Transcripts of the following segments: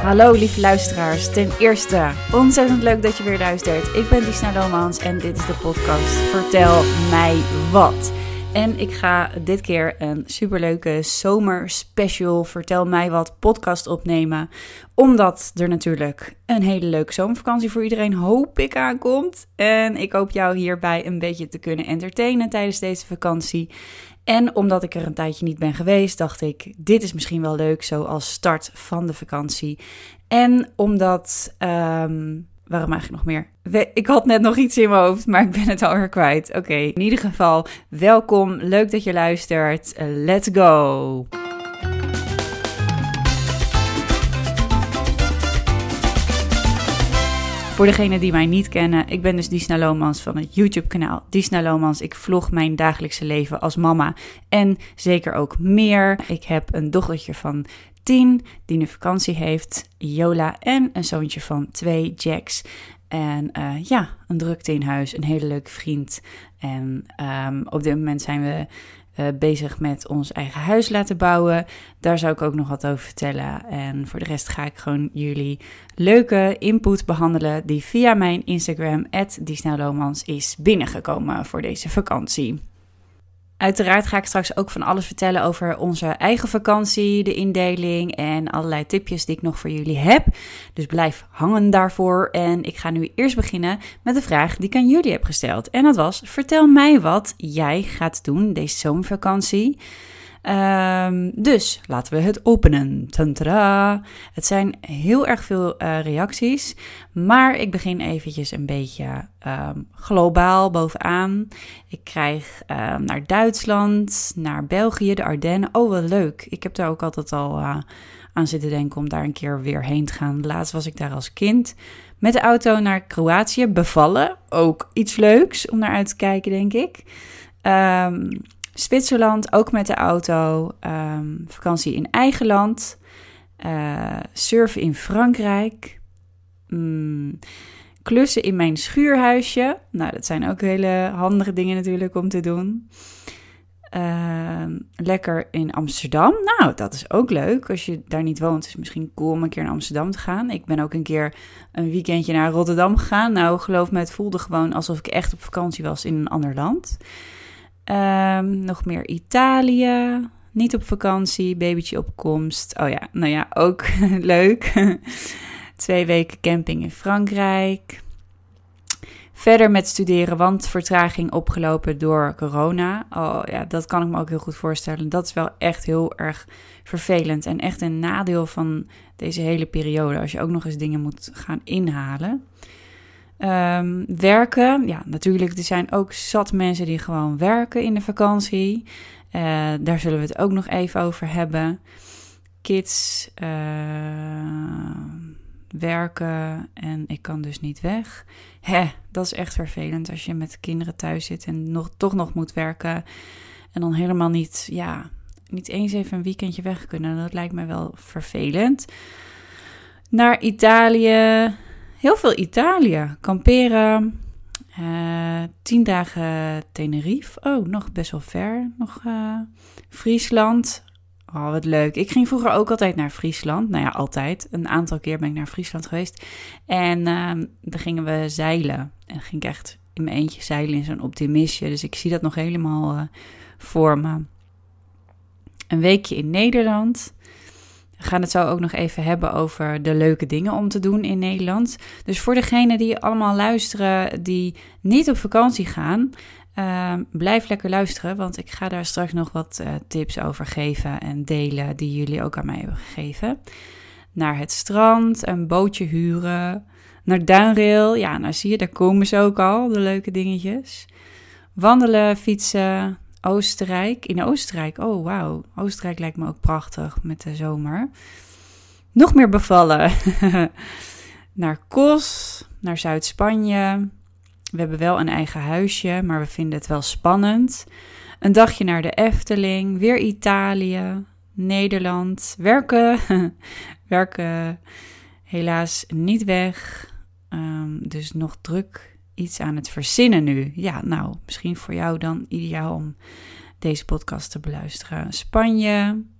Hallo lieve luisteraars, ten eerste ontzettend leuk dat je weer luistert. Ik ben Disna Lomans en dit is de podcast Vertel mij wat. En ik ga dit keer een superleuke zomerspecial Vertel mij wat podcast opnemen. Omdat er natuurlijk een hele leuke zomervakantie voor iedereen hoop ik aankomt. En ik hoop jou hierbij een beetje te kunnen entertainen tijdens deze vakantie. En omdat ik er een tijdje niet ben geweest, dacht ik, dit is misschien wel leuk zo als start van de vakantie. En omdat, waarom eigenlijk nog meer? Ik had net nog iets in mijn hoofd, maar ik ben het alweer kwijt. Oké, in ieder geval, welkom, leuk dat je luistert. Let's go! Voor degenen die mij niet kennen, ik ben dus Disna Lomans van het YouTube-kanaal Disna Lomans. Ik vlog mijn dagelijkse leven als mama en zeker ook meer. Ik heb een dochtertje van 10 die nu vakantie heeft, Jola, en een zoontje van 2, Jax. En een drukte in huis, een hele leuke vriend. En op dit moment zijn we bezig met ons eigen huis laten bouwen. Daar zou ik ook nog wat over vertellen. En voor de rest ga ik gewoon jullie leuke input behandelen die via mijn Instagram @disnalomans is binnengekomen voor deze vakantie. Uiteraard ga ik straks ook van alles vertellen over onze eigen vakantie, de indeling en allerlei tipjes die ik nog voor jullie heb. Dus blijf hangen daarvoor. En ik ga nu eerst beginnen met de vraag die ik aan jullie heb gesteld. En dat was, vertel mij wat jij gaat doen deze zomervakantie. Dus laten we het openen. Tantada! Het zijn heel erg veel reacties, maar ik begin eventjes een beetje globaal bovenaan. Ik krijg naar Duitsland, naar België, de Ardennen. Oh, wat leuk. Ik heb daar ook altijd al aan zitten denken om daar een keer weer heen te gaan. Laatst was ik daar als kind met de auto naar Kroatië, bevallen. Ook iets leuks om naar uit te kijken, denk ik. Zwitserland, ook met de auto, vakantie in eigen land, surfen in Frankrijk, klussen in mijn schuurhuisje. Nou, dat zijn ook hele handige dingen natuurlijk om te doen. Lekker in Amsterdam. Nou, dat is ook leuk. Als je daar niet woont, is het misschien cool om een keer naar Amsterdam te gaan. Ik ben ook een keer een weekendje naar Rotterdam gegaan. Nou, geloof me, het voelde gewoon alsof ik echt op vakantie was in een ander land. Nog meer Italië, niet op vakantie, babytje op komst. Oh ja, nou ja, ook leuk. 2 weken camping in Frankrijk. Verder met studeren, want vertraging opgelopen door corona. Oh ja, dat kan ik me ook heel goed voorstellen. Dat is wel echt heel erg vervelend en echt een nadeel van deze hele periode. Als je ook nog eens dingen moet gaan inhalen. Werken, ja natuurlijk, er zijn ook zat mensen die gewoon werken in de vakantie. Daar zullen we het ook nog even over hebben. Kids, werken en ik kan dus niet weg. Dat is echt vervelend als je met kinderen thuis zit en toch nog moet werken. En dan helemaal niet eens even een weekendje weg kunnen. Dat lijkt me wel vervelend. Naar Italië. Heel veel Italië. Kamperen. 10 dagen Tenerife. Oh, nog best wel ver. Nog Friesland. Oh, wat leuk. Ik ging vroeger ook altijd naar Friesland. Nou ja, altijd. Een aantal keer ben ik naar Friesland geweest. En dan gingen we zeilen. En ging ik echt in mijn eentje zeilen in zo'n optimistje. Dus ik zie dat nog helemaal voor me. Een weekje in Nederland. We gaan het zo ook nog even hebben over de leuke dingen om te doen in Nederland. Dus voor degenen die allemaal luisteren die niet op vakantie gaan, blijf lekker luisteren. Want ik ga daar straks nog wat tips over geven en delen die jullie ook aan mij hebben gegeven. Naar het strand, een bootje huren, naar Duinrail. Ja, nou zie je, daar komen ze ook al, de leuke dingetjes. Wandelen, fietsen. Oostenrijk. In Oostenrijk, oh wauw. Oostenrijk lijkt me ook prachtig met de zomer. Nog meer bevallen. Naar Kos, naar Zuid-Spanje. We hebben wel een eigen huisje, maar we vinden het wel spannend. Een dagje naar de Efteling, weer Italië, Nederland. Werken helaas niet weg. Dus nog druk iets aan het verzinnen nu. Ja, nou, misschien voor jou dan ideaal om deze podcast te beluisteren. Spanje,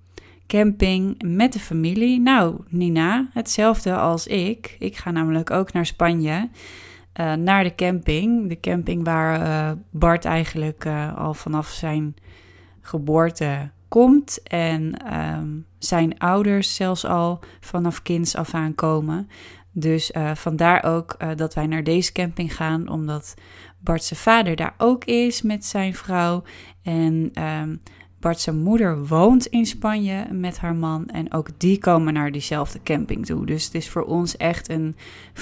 camping met de familie. Nou, Nina, hetzelfde als ik. Ik ga namelijk ook naar Spanje, naar de camping. De camping waar Bart eigenlijk al vanaf zijn geboorte komt. En zijn ouders zelfs al vanaf kinds af aan komen. Dus vandaar ook dat wij naar deze camping gaan, omdat Bart zijn vader daar ook is met zijn vrouw. En Bart zijn moeder woont in Spanje met haar man. En ook die komen naar diezelfde camping toe. Dus het is voor ons echt een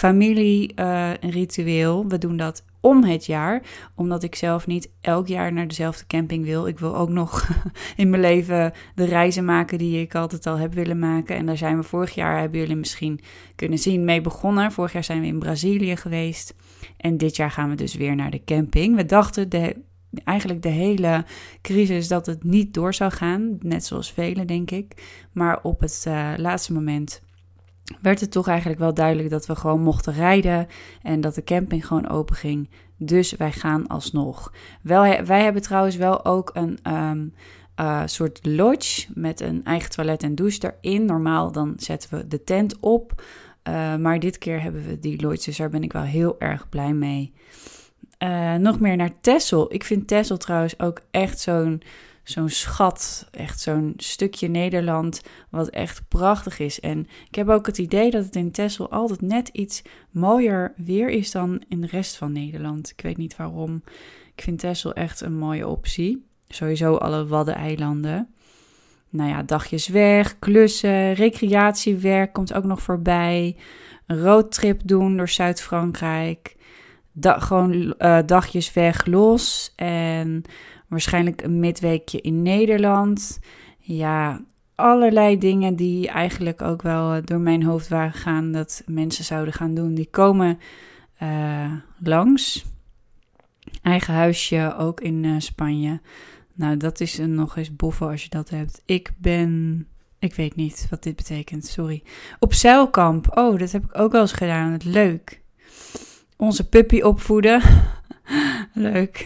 familieritueel. We doen dat om het jaar, omdat ik zelf niet elk jaar naar dezelfde camping wil. Ik wil ook nog in mijn leven de reizen maken die ik altijd al heb willen maken. En daar zijn we vorig jaar, hebben jullie misschien kunnen zien, mee begonnen. Vorig jaar zijn we in Brazilië geweest. En dit jaar gaan we dus weer naar de camping. We dachten eigenlijk de hele crisis dat het niet door zou gaan. Net zoals velen, denk ik. Maar op het laatste moment werd het toch eigenlijk wel duidelijk dat we gewoon mochten rijden en dat de camping gewoon open ging. Dus wij gaan alsnog. Wij hebben trouwens wel ook een soort lodge met een eigen toilet en douche erin. Normaal dan zetten we de tent op, maar dit keer hebben we die lodge, dus daar ben ik wel heel erg blij mee. Nog meer naar Texel. Ik vind Texel trouwens ook echt zo'n schat, echt zo'n stukje Nederland wat echt prachtig is. En ik heb ook het idee dat het in Texel altijd net iets mooier weer is dan in de rest van Nederland. Ik weet niet waarom. Ik vind Texel echt een mooie optie. Sowieso alle Waddeneilanden. Nou ja, dagjes weg, klussen, recreatiewerk komt ook nog voorbij. Een roadtrip doen door Zuid-Frankrijk. Gewoon dagjes weg, los en waarschijnlijk een midweekje in Nederland. Ja, allerlei dingen die eigenlijk ook wel door mijn hoofd waren gaan dat mensen zouden gaan doen. Die komen langs. Eigen huisje ook in Spanje. Nou, dat is nog eens boffen als je dat hebt. Ik weet niet wat dit betekent, sorry. Op zeilkamp. Oh, dat heb ik ook wel eens gedaan. Leuk. Onze puppy opvoeden. Leuk.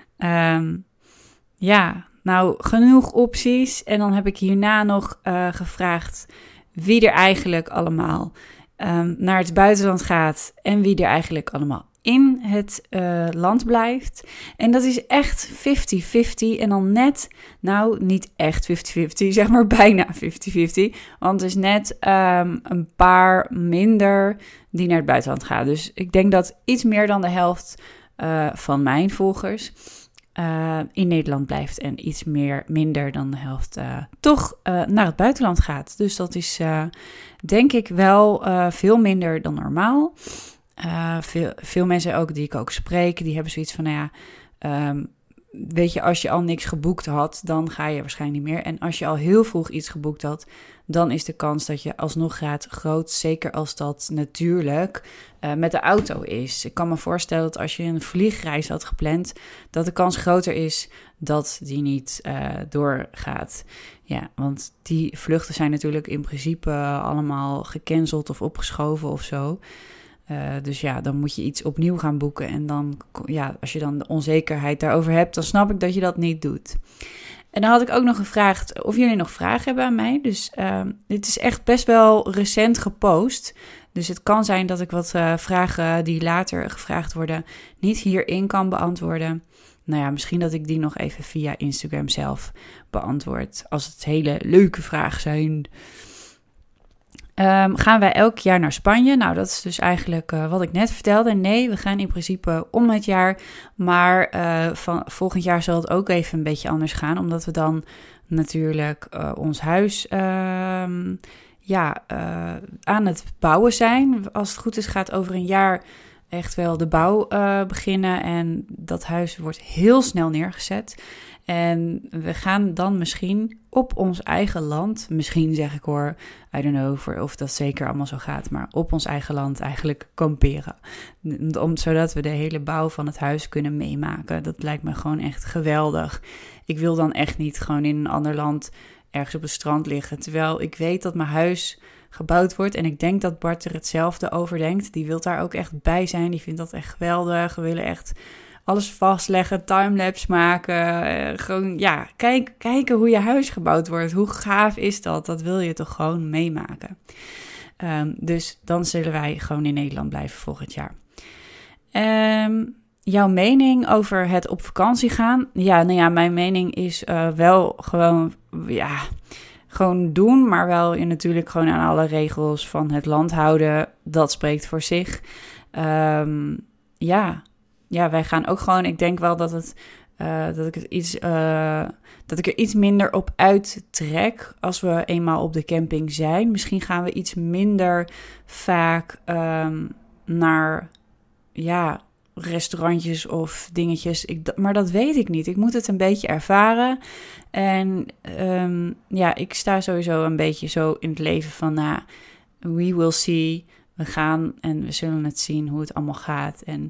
Ja, nou, genoeg opties. En dan heb ik hierna nog gevraagd wie er eigenlijk allemaal naar het buitenland gaat en wie er eigenlijk allemaal in het land blijft. En dat is echt 50-50 en dan net, nou niet echt 50-50, zeg maar bijna 50-50. Want het is net een paar minder die naar het buitenland gaan. Dus ik denk dat iets meer dan de helft van mijn volgers in Nederland blijft en iets minder dan de helft toch naar het buitenland gaat. Dus dat is denk ik wel veel minder dan normaal. Veel mensen ook die ik ook spreek, die hebben zoiets van, nou ja, weet je, als je al niks geboekt had, dan ga je waarschijnlijk niet meer. En als je al heel vroeg iets geboekt had, dan is de kans dat je alsnog gaat groot. Zeker als dat natuurlijk met de auto is. Ik kan me voorstellen dat als je een vliegreis had gepland, dat de kans groter is dat die niet doorgaat. Ja, want die vluchten zijn natuurlijk in principe allemaal gecanceld of opgeschoven of zo. Dus ja, dan moet je iets opnieuw gaan boeken. En dan, ja, als je dan de onzekerheid daarover hebt, dan snap ik dat je dat niet doet. En dan had ik ook nog gevraagd of jullie nog vragen hebben aan mij. Dus dit is echt best wel recent gepost. Dus het kan zijn dat ik wat vragen die later gevraagd worden niet hierin kan beantwoorden. Nou ja, misschien dat ik die nog even via Instagram zelf beantwoord. Als het hele leuke vragen zijn. Gaan wij elk jaar naar Spanje? Nou, dat is dus eigenlijk wat ik net vertelde. Nee, we gaan in principe om het jaar. Maar volgend jaar zal het ook even een beetje anders gaan. Omdat we dan natuurlijk ons huis aan het bouwen zijn. Als het goed is gaat over een jaar echt wel de bouw beginnen. En dat huis wordt heel snel neergezet. En we gaan dan misschien op ons eigen land, misschien zeg ik hoor, I don't know of dat zeker allemaal zo gaat, maar op ons eigen land eigenlijk kamperen. Zodat we de hele bouw van het huis kunnen meemaken. Dat lijkt me gewoon echt geweldig. Ik wil dan echt niet gewoon in een ander land ergens op het strand liggen, terwijl ik weet dat mijn huis gebouwd wordt. En ik denk dat Bart er hetzelfde over denkt. Die wil daar ook echt bij zijn. Die vindt dat echt geweldig. We willen echt alles vastleggen, timelapse maken. Gewoon, ja, kijken hoe je huis gebouwd wordt. Hoe gaaf is dat? Dat wil je toch gewoon meemaken. Dus dan zullen wij gewoon in Nederland blijven volgend jaar. Jouw mening over het op vakantie gaan? Ja, nou ja, mijn mening is wel gewoon, ja, gewoon doen, maar wel je natuurlijk gewoon aan alle regels van het land houden. Dat spreekt voor zich. Ja, wij gaan ook gewoon, ik denk wel dat ik er iets minder op uittrek als we eenmaal op de camping zijn. Misschien gaan we iets minder vaak naar, ja, restaurantjes of dingetjes. Maar dat weet ik niet. Ik moet het een beetje ervaren. En ik sta sowieso een beetje zo in het leven van, we will see. We gaan en we zullen het zien hoe het allemaal gaat. En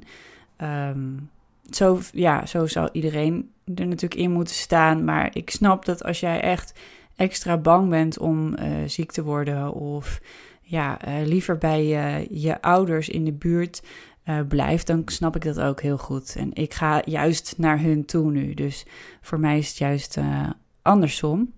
zo zal iedereen er natuurlijk in moeten staan. Maar ik snap dat als jij echt extra bang bent om ziek te worden of liever bij je ouders in de buurt blijft, dan snap ik dat ook heel goed. En ik ga juist naar hun toe nu. Dus voor mij is het juist andersom.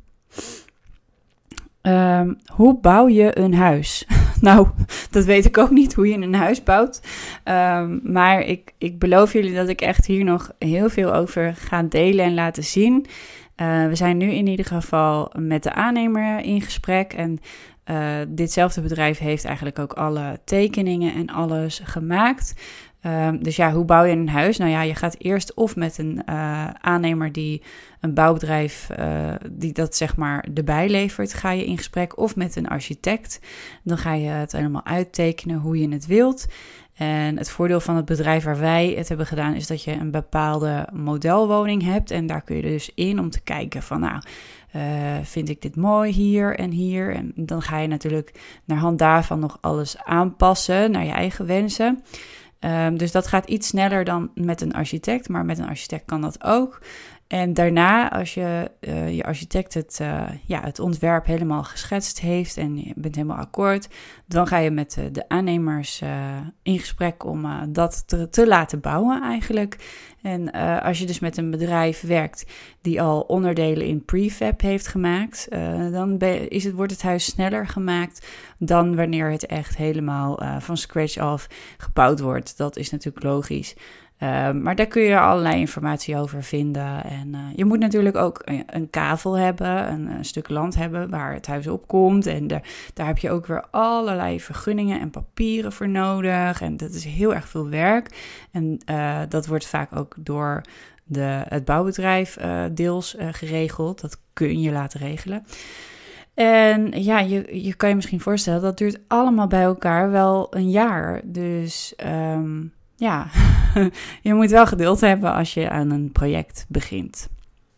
Hoe bouw je een huis? Nou, dat weet ik ook niet, hoe je een huis bouwt. Maar ik beloof jullie dat ik echt hier nog heel veel over ga delen en laten zien. We zijn nu in ieder geval met de aannemer in gesprek. En ditzelfde bedrijf heeft eigenlijk ook alle tekeningen en alles gemaakt. Dus ja, hoe bouw je een huis? Nou ja, je gaat eerst of met een aannemer die een bouwbedrijf die dat zeg maar erbij levert, ga je in gesprek, of met een architect. Dan ga je het helemaal uittekenen hoe je het wilt. En het voordeel van het bedrijf waar wij het hebben gedaan is dat je een bepaalde modelwoning hebt. En daar kun je dus in om te kijken van vind ik dit mooi hier en hier. En dan ga je natuurlijk naar hand daarvan nog alles aanpassen naar je eigen wensen. Dus dat gaat iets sneller dan met een architect, maar met een architect kan dat ook. En daarna, als je architect het ontwerp helemaal geschetst heeft en je bent helemaal akkoord, dan ga je met de aannemers in gesprek om dat te laten bouwen eigenlijk. En als je dus met een bedrijf werkt die al onderdelen in prefab heeft gemaakt, dan wordt het huis sneller gemaakt dan wanneer het echt helemaal van scratch af gebouwd wordt. Dat is natuurlijk logisch. Maar daar kun je allerlei informatie over vinden. En je moet natuurlijk ook een kavel hebben, een stuk land hebben waar het huis op komt. En daar heb je ook weer allerlei vergunningen en papieren voor nodig. En dat is heel erg veel werk. En dat wordt vaak ook door het bouwbedrijf deels geregeld. Dat kun je laten regelen. En ja, je kan je misschien voorstellen, dat duurt allemaal bij elkaar wel een jaar. Dus ja, je moet wel geduld hebben als je aan een project begint.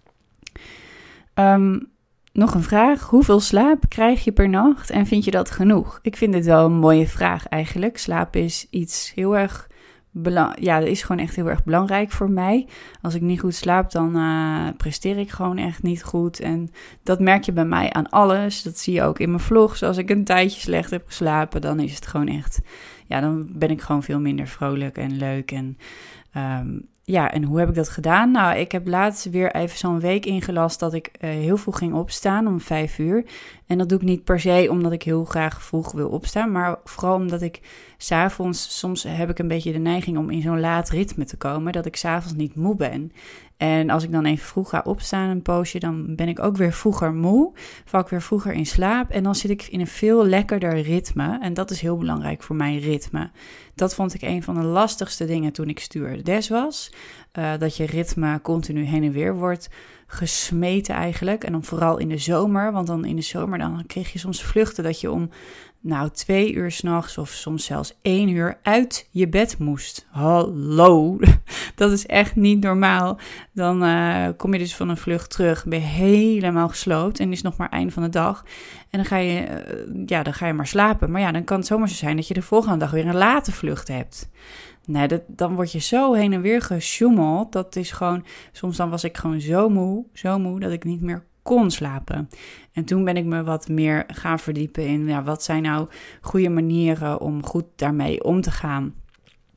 Nog een vraag. Hoeveel slaap krijg je per nacht en vind je dat genoeg? Ik vind dit wel een mooie vraag eigenlijk. Slaap is iets heel erg dat is gewoon echt heel erg belangrijk voor mij. Als ik niet goed slaap, dan presteer ik gewoon echt niet goed. En dat merk je bij mij aan alles. Dat zie je ook in mijn vlogs. Als ik een tijdje slecht heb geslapen, dan is het gewoon echt, dan ben ik gewoon veel minder vrolijk en leuk. En en hoe heb ik dat gedaan? Nou, ik heb laatst weer even zo'n week ingelast dat ik heel vroeg ging opstaan om 5 uur. En dat doe ik niet per se omdat ik heel graag vroeg wil opstaan, maar vooral omdat ik 's avonds, soms heb ik een beetje de neiging om in zo'n laat ritme te komen, dat ik 's avonds niet moe ben. En als ik dan even vroeg ga opstaan een poosje, dan ben ik ook weer vroeger moe, val ik weer vroeger in slaap en dan zit ik in een veel lekkerder ritme. En dat is heel belangrijk voor mijn ritme. Dat vond ik een van de lastigste dingen toen ik stewardess was. Dat je ritme continu heen en weer wordt gesmeten eigenlijk. En dan vooral in de zomer, want dan in de zomer dan kreeg je soms vluchten dat je om 2 uur 's nachts of soms zelfs 1 uur uit je bed moest. Hallo, dat is echt niet normaal. Dan kom je dus van een vlucht terug, ben je helemaal gesloopt en is nog maar einde van de dag. En dan ga je maar slapen. Maar ja, dan kan het zomaar zo zijn dat je de volgende dag weer een late vlucht hebt. Nee, dan word je zo heen en weer gesjoemeld. Dat is gewoon, soms dan was ik gewoon zo moe dat ik niet meer kon slapen. En toen ben ik me wat meer gaan verdiepen in, wat zijn nou goede manieren om goed daarmee om te gaan.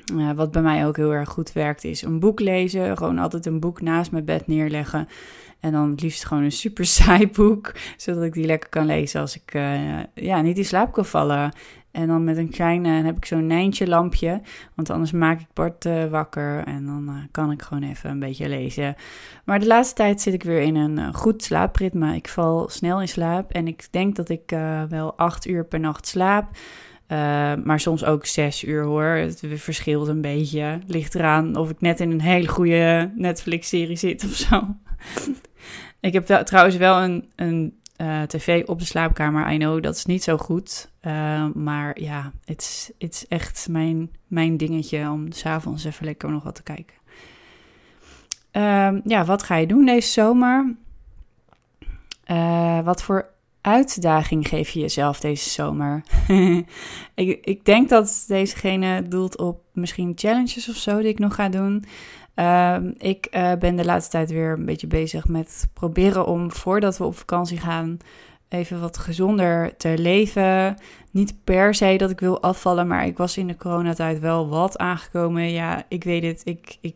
Wat bij mij ook heel erg goed werkt is een boek lezen. Gewoon altijd een boek naast mijn bed neerleggen. En dan het liefst gewoon een super saai boek. Zodat ik die lekker kan lezen als ik niet in slaap kan vallen. En dan met een kleine heb ik zo'n Nijntje lampje. Want anders maak ik Bart wakker. En dan kan ik gewoon even een beetje lezen. Maar de laatste tijd zit ik weer in een goed slaapritme. Ik val snel in slaap. En ik denk dat ik wel 8 uur per nacht slaap. Maar soms ook 6 uur hoor. Het verschilt een beetje. Ligt eraan of ik net in een hele goede Netflix-serie zit of zo. Ik heb trouwens wel een tv op de slaapkamer. I know, dat is niet zo goed. Maar ja, het is echt mijn dingetje om 's avonds even lekker nog wat te kijken. Wat ga je doen deze zomer? Wat voor uitdaging geef je jezelf deze zomer? Ik denk dat dezegene doelt op misschien challenges of zo die ik nog ga doen. Ik ben de laatste tijd weer een beetje bezig met proberen om voordat we op vakantie gaan even wat gezonder te leven. Niet per se dat ik wil afvallen, maar ik was in de coronatijd wel wat aangekomen. Ja, ik weet het.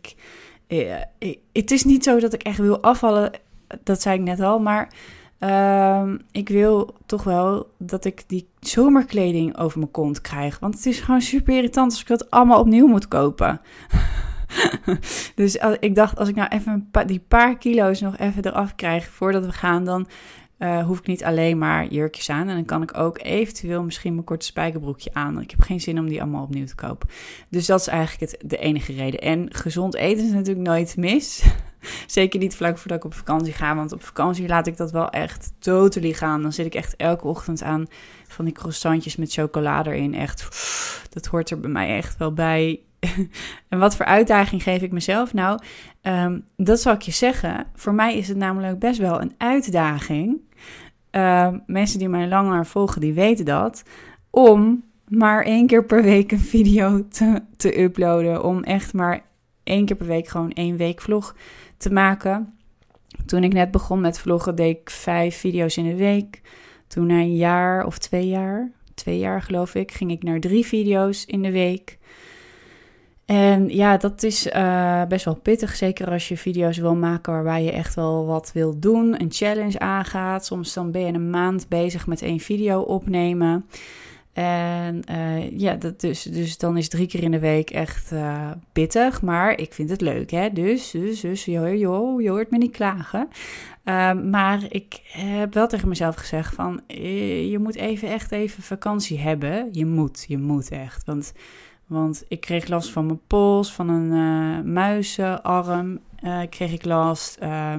Het is niet zo dat ik echt wil afvallen, dat zei ik net al, maar ik wil toch wel dat ik die zomerkleding over mijn kont krijg. Want het is gewoon super irritant als ik dat allemaal opnieuw moet kopen. Dus ik dacht, als ik nou even die paar kilo's nog even eraf krijg voordat we gaan, dan hoef ik niet alleen maar jurkjes aan. En dan kan ik ook eventueel misschien mijn korte spijkerbroekje aan. Ik heb geen zin om die allemaal opnieuw te kopen. Dus dat is eigenlijk de enige reden. En gezond eten is natuurlijk nooit mis. Zeker niet vlak voordat ik op vakantie ga. Want op vakantie laat ik dat wel echt totally gaan. Dan zit ik echt elke ochtend aan van die croissantjes met chocolade erin. Echt, dat hoort er bij mij echt wel bij. En wat voor uitdaging geef ik mezelf? Nou, dat zal ik je zeggen. Voor mij is het namelijk best wel een uitdaging. Mensen die mij langer volgen, die weten dat. Om maar 1 keer per week een video te uploaden. Om echt maar 1 keer per week gewoon 1 weekvlog te maken. Toen ik net begon met vloggen, deed ik 5 video's in de week. Toen na een jaar of 2 jaar geloof ik, ging ik naar 3 video's in de week. En ja, dat is best wel pittig. Zeker als je video's wil maken waarbij je echt wel wat wil doen. Een challenge aangaat. Soms dan ben je een maand bezig met 1 video opnemen. En dus dan is 3 keer in de week echt pittig. Maar ik vind het leuk, hè. Dus je hoort me niet klagen. Maar ik heb wel tegen mezelf gezegd van, je moet echt even vakantie hebben. Je moet echt, want ik kreeg last van mijn pols, van een muizenarm. Kreeg ik last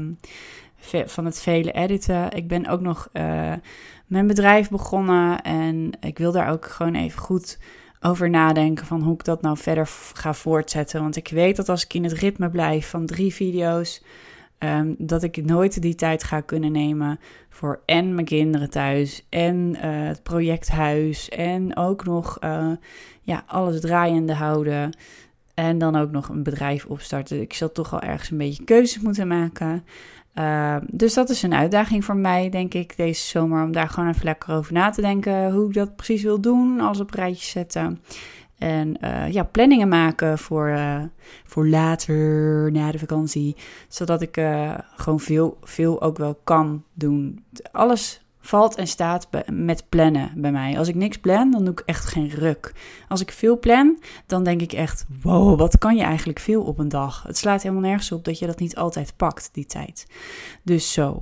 van het vele editen. Ik ben ook nog mijn bedrijf begonnen. En ik wil daar ook gewoon even goed over nadenken van hoe ik dat nou verder ga voortzetten. Want ik weet dat als ik in het ritme blijf van 3 video's, dat ik nooit die tijd ga kunnen nemen voor en mijn kinderen thuis en het projecthuis en ook nog alles draaiende houden en dan ook nog een bedrijf opstarten. Ik zal toch al ergens een beetje keuzes moeten maken. Dus dat is een uitdaging voor mij, denk ik, deze zomer, om daar gewoon even lekker over na te denken hoe ik dat precies wil doen, alles op rijtjes zetten. En planningen maken voor later, na de vakantie. Zodat ik gewoon veel ook wel kan doen. Alles valt en staat met plannen bij mij. Als ik niks plan, dan doe ik echt geen ruk. Als ik veel plan, dan denk ik echt, wow, wat kan je eigenlijk veel op een dag? Het slaat helemaal nergens op dat je dat niet altijd pakt, die tijd. Dus zo.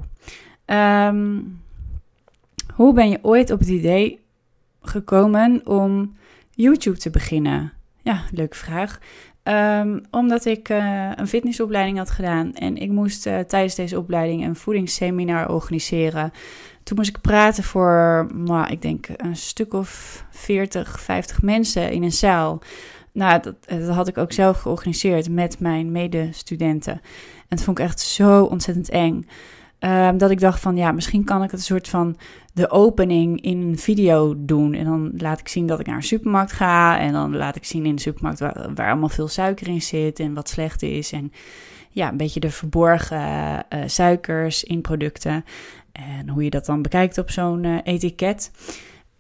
Hoe ben je ooit op het idee gekomen om YouTube te beginnen? Ja, leuke vraag. Omdat ik een fitnessopleiding had gedaan en ik moest tijdens deze opleiding een voedingsseminar organiseren. Toen moest ik praten voor, ik denk een stuk of 40, 50 mensen in een zaal. Nou, dat had ik ook zelf georganiseerd met mijn medestudenten. En dat vond ik echt zo ontzettend eng. Dat ik dacht van, misschien kan ik het een soort van de opening in een video doen. En dan laat ik zien dat ik naar een supermarkt ga. En dan laat ik zien in de supermarkt waar allemaal veel suiker in zit en wat slecht is. En ja, een beetje de verborgen suikers in producten. En hoe je dat dan bekijkt op zo'n etiket.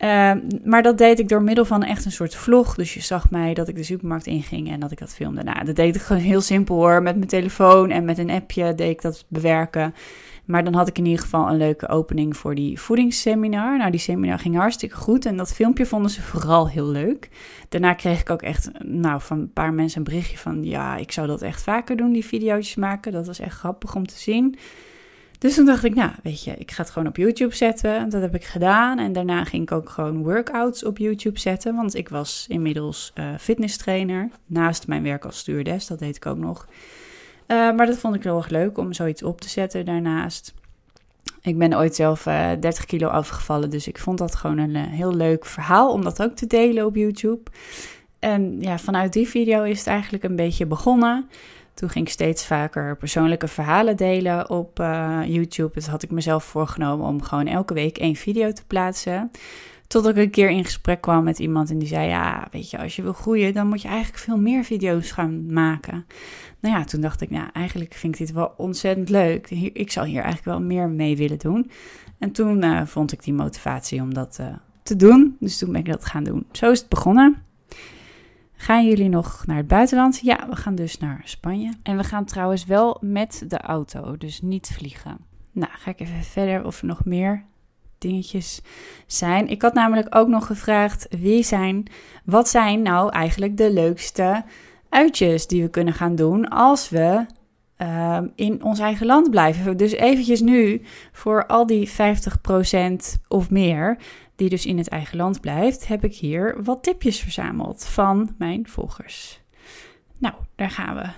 Maar dat deed ik door middel van echt een soort vlog. Dus je zag mij dat ik de supermarkt inging en dat ik dat filmde. Nou, dat deed ik gewoon heel simpel hoor. Met mijn telefoon en met een appje deed ik dat bewerken. Maar dan had ik in ieder geval een leuke opening voor die voedingsseminar. Nou, die seminar ging hartstikke goed en dat filmpje vonden ze vooral heel leuk. Daarna kreeg ik ook echt van een paar mensen een berichtje van... ja, ik zou dat echt vaker doen, die video's maken. Dat was echt grappig om te zien. Dus toen dacht ik, nou, weet je, ik ga het gewoon op YouTube zetten. Dat heb ik gedaan. En daarna ging ik ook gewoon workouts op YouTube zetten. Want ik was inmiddels fitnesstrainer. Naast mijn werk als stewardess, dat deed ik ook nog. Maar dat vond ik heel erg leuk om zoiets op te zetten daarnaast. Ik ben ooit zelf 30 kilo afgevallen. Dus ik vond dat gewoon een heel leuk verhaal om dat ook te delen op YouTube. En ja, vanuit die video is het eigenlijk een beetje begonnen. Toen ging ik steeds vaker persoonlijke verhalen delen op YouTube. Dus had ik mezelf voorgenomen om gewoon elke week 1 video te plaatsen. Tot ik een keer in gesprek kwam met iemand en die zei... ja, weet je, als je wil groeien, dan moet je eigenlijk veel meer video's gaan maken. Nou ja, toen dacht ik, nou, eigenlijk vind ik dit wel ontzettend leuk. Ik zou hier eigenlijk wel meer mee willen doen. En toen vond ik die motivatie om dat te doen. Dus toen ben ik dat gaan doen. Zo is het begonnen. Gaan jullie nog naar het buitenland? Ja, we gaan dus naar Spanje. En we gaan trouwens wel met de auto, dus niet vliegen. Nou, ga ik even verder of er nog meer dingetjes zijn. Ik had namelijk ook nog gevraagd, wat zijn nou eigenlijk de leukste uitjes die we kunnen gaan doen als we in ons eigen land blijven. Dus eventjes nu, voor al die 50% of meer... die dus in het eigen land blijft, heb ik hier wat tipjes verzameld van mijn volgers. Nou, daar gaan we.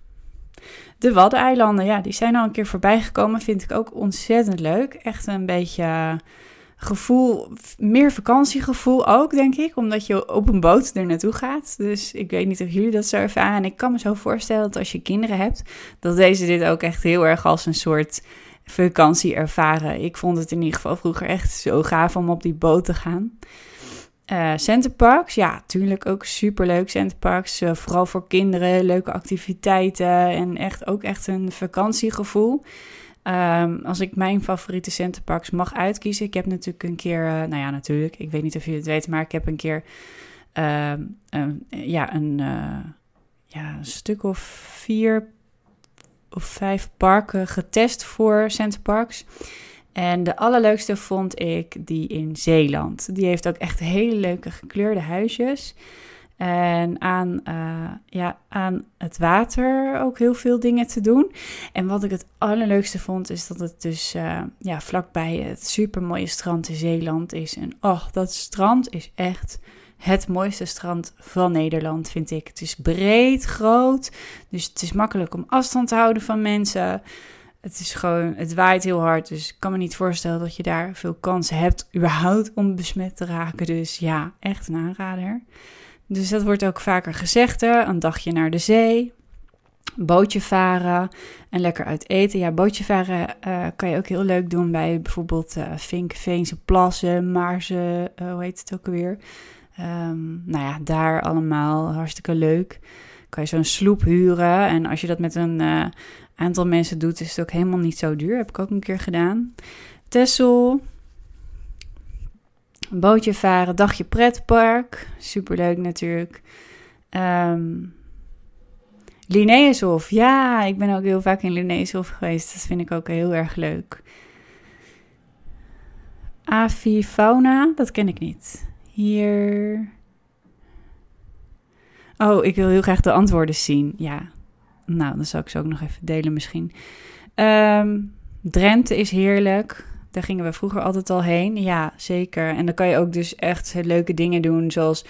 De Waddeneilanden, ja, die zijn al een keer voorbij gekomen. Vind ik ook ontzettend leuk. Echt een beetje gevoel, meer vakantiegevoel ook, denk ik. Omdat je op een boot er naartoe gaat. Dus ik weet niet of jullie dat zo ervaren. En ik kan me zo voorstellen dat als je kinderen hebt, dat deze dit ook echt heel erg als een soort vakantie ervaren. Ik vond het in ieder geval vroeger echt zo gaaf om op die boot te gaan. Centerparks, ja, tuurlijk ook superleuk Centerparks. Vooral voor kinderen, leuke activiteiten en ook echt een vakantiegevoel. Als ik mijn favoriete Centerparks mag uitkiezen. Ik heb natuurlijk een keer, natuurlijk, ik weet niet of jullie het weten, maar ik heb een keer een stuk of 4 of 5 parken getest voor Centerparks. En de allerleukste vond ik die in Zeeland. Die heeft ook echt hele leuke gekleurde huisjes. En aan het water ook heel veel dingen te doen. En wat ik het allerleukste vond is dat het dus vlakbij het supermooie strand in Zeeland is. En dat strand is echt het mooiste strand van Nederland, vind ik. Het is breed, groot, dus het is makkelijk om afstand te houden van mensen. Het waait heel hard, dus ik kan me niet voorstellen dat je daar veel kans hebt überhaupt om besmet te raken. Dus ja, echt een aanrader. Dus dat wordt ook vaker gezegd, hè? Een dagje naar de zee, bootje varen en lekker uit eten. Ja, bootje varen kan je ook heel leuk doen bij bijvoorbeeld Vinkveense Plassen, Maarsen, hoe heet het ook alweer? Daar allemaal hartstikke leuk. Kan je zo'n sloep huren en als je dat met een aantal mensen doet, is het ook helemaal niet zo duur. Heb ik ook een keer gedaan. Texel, een bootje varen, dagje pretpark, superleuk natuurlijk. Linnaeushof, ja, ik ben ook heel vaak in Linnaeushof geweest. Dat vind ik ook heel erg leuk. Avifauna, dat ken ik niet. Hier. Oh, ik wil heel graag de antwoorden zien. Ja, nou, dan zal ik ze ook nog even delen misschien. Drenthe is heerlijk. Daar gingen we vroeger altijd al heen. Ja, zeker. En dan kan je ook dus echt leuke dingen doen. Zoals,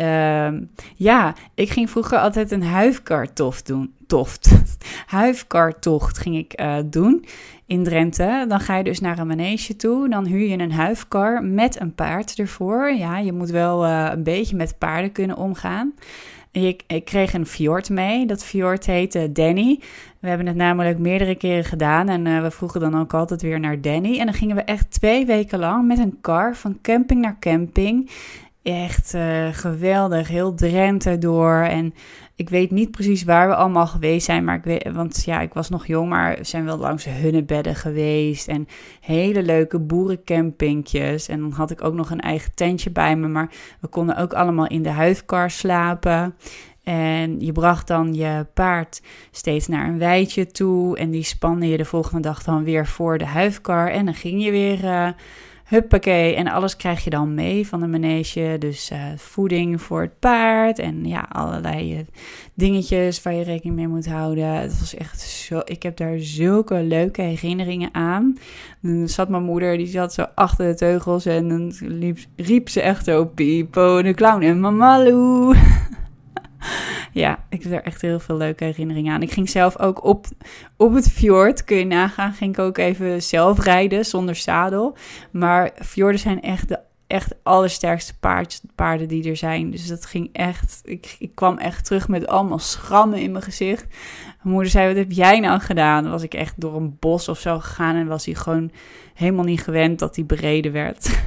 ik ging vroeger altijd een huifkartocht doen. Huifkartocht ging ik doen in Drenthe. Dan ga je dus naar een manege toe. Dan huur je een huifkar met een paard ervoor. Ja, je moet wel een beetje met paarden kunnen omgaan. Ik kreeg een fjord mee. Dat fjord heette Danny. We hebben het namelijk meerdere keren gedaan. En we vroegen dan ook altijd weer naar Danny. En dan gingen we echt 2 weken lang met een kar van camping naar camping echt geweldig. Heel Drenthe door. En ik weet niet precies waar we allemaal geweest zijn. Maar ik was nog jong, maar we zijn wel langs Hunnebedden geweest. En hele leuke boerencampingjes. En dan had ik ook nog een eigen tentje bij me. Maar we konden ook allemaal in de huifkar slapen. En je bracht dan je paard steeds naar een weidje toe. En die spande je de volgende dag dan weer voor de huifkar. En dan ging je weer huppakee. En alles krijg je dan mee van de manege. Dus voeding voor het paard. En ja, allerlei dingetjes waar je rekening mee moet houden. Het was echt zo... Ik heb daar zulke leuke herinneringen aan. Dan zat mijn moeder, die zat zo achter de teugels. En dan riep ze echt zo... Pipo de clown en Mamalou. Ja, ik heb daar echt heel veel leuke herinneringen aan. Ik ging zelf ook op het fjord, kun je nagaan, ging ik ook even zelf rijden zonder zadel. Maar fjorden zijn echt de allersterkste paarden die er zijn. Dus dat ging echt, ik kwam echt terug met allemaal schrammen in mijn gezicht. Mijn moeder zei, wat heb jij nou gedaan? Dan was ik echt door een bos of zo gegaan en was hij gewoon helemaal niet gewend dat hij bereden werd.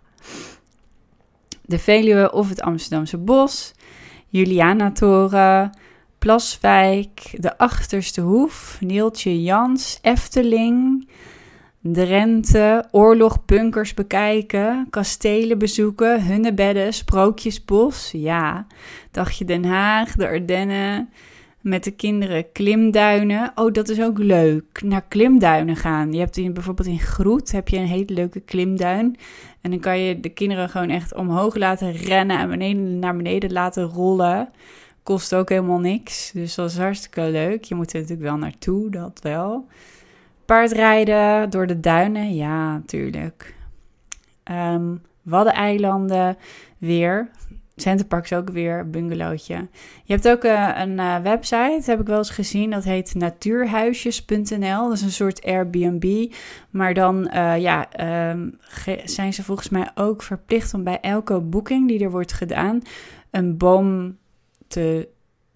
De Veluwe of het Amsterdamse bos... Julianatoren, Plaswijk, de Achterste Hoef, Neeltje Jans, Efteling, Drenthe, oorlogbunkers bekijken, kastelen bezoeken, Hunnebedden, Sprookjesbos, ja, dagje Den Haag, de Ardennen, met de kinderen klimduinen. Oh, dat is ook leuk, naar klimduinen gaan. Je hebt bijvoorbeeld in Groet heb je een hele leuke klimduin. En dan kan je de kinderen gewoon echt omhoog laten rennen en naar beneden laten rollen. Kost ook helemaal niks. Dus dat is hartstikke leuk. Je moet er natuurlijk wel naartoe, dat wel. Paardrijden door de duinen, ja, natuurlijk. Waddeneilanden weer. Centerparks ook weer, een bungalowtje. Je hebt ook een website, heb ik wel eens gezien. Dat heet natuurhuisjes.nl. Dat is een soort Airbnb. Maar dan zijn ze volgens mij ook verplicht om bij elke boeking die er wordt gedaan... een boom te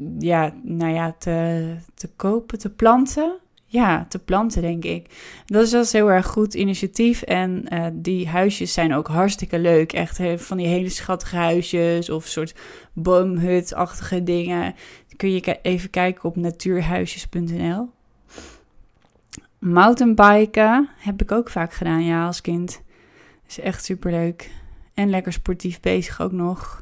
kopen, te planten. Ja, te planten, denk ik. Dat is een heel erg goed initiatief. En die huisjes zijn ook hartstikke leuk. Echt van die hele schattige huisjes of een soort boomhut-achtige dingen. Dan kun je even kijken op natuurhuisjes.nl. Mountainbiken heb ik ook vaak gedaan, ja, als kind. Is echt superleuk. En lekker sportief bezig ook nog.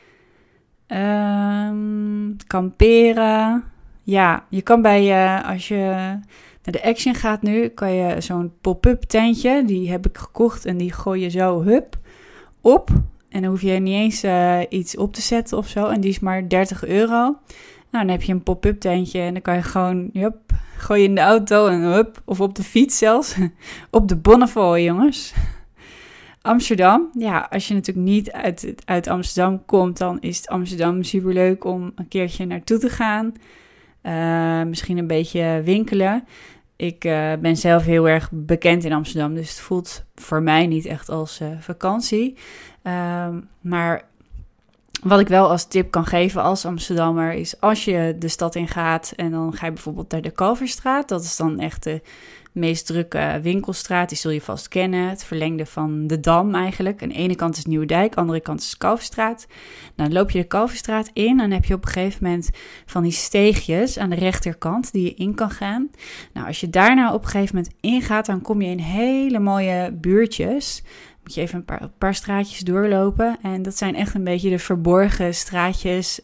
Kamperen. Ja, je kan als je naar de Action gaat nu, kan je zo'n pop-up tentje, die heb ik gekocht en die gooi je zo op. En dan hoef je niet eens iets op te zetten of zo. En die is maar €30. Nou, dan heb je een pop-up tentje en dan kan je gewoon, gooi je in de auto en of op de fiets zelfs. Op de Bonnefoy, jongens. Amsterdam, ja, als je natuurlijk niet uit Amsterdam komt, dan is het Amsterdam superleuk om een keertje naartoe te gaan. Misschien een beetje winkelen. Ik ben zelf heel erg bekend in Amsterdam, dus het voelt voor mij niet echt als vakantie. Maar wat ik wel als tip kan geven als Amsterdammer is als je de stad in gaat en dan ga je bijvoorbeeld naar de Kalverstraat. Dat is dan echt de meest drukke winkelstraat, die zul je vast kennen. Het verlengde van de Dam eigenlijk. Aan de ene kant is Nieuwedijk, aan de andere kant is de Kalverstraat. Nou, dan loop je de Kalverstraat in en dan heb je op een gegeven moment van die steegjes aan de rechterkant die je in kan gaan. Nou, als je daar nou op een gegeven moment ingaat, dan kom je in hele mooie buurtjes. Moet je even een paar straatjes doorlopen. En dat zijn echt een beetje de verborgen straatjes.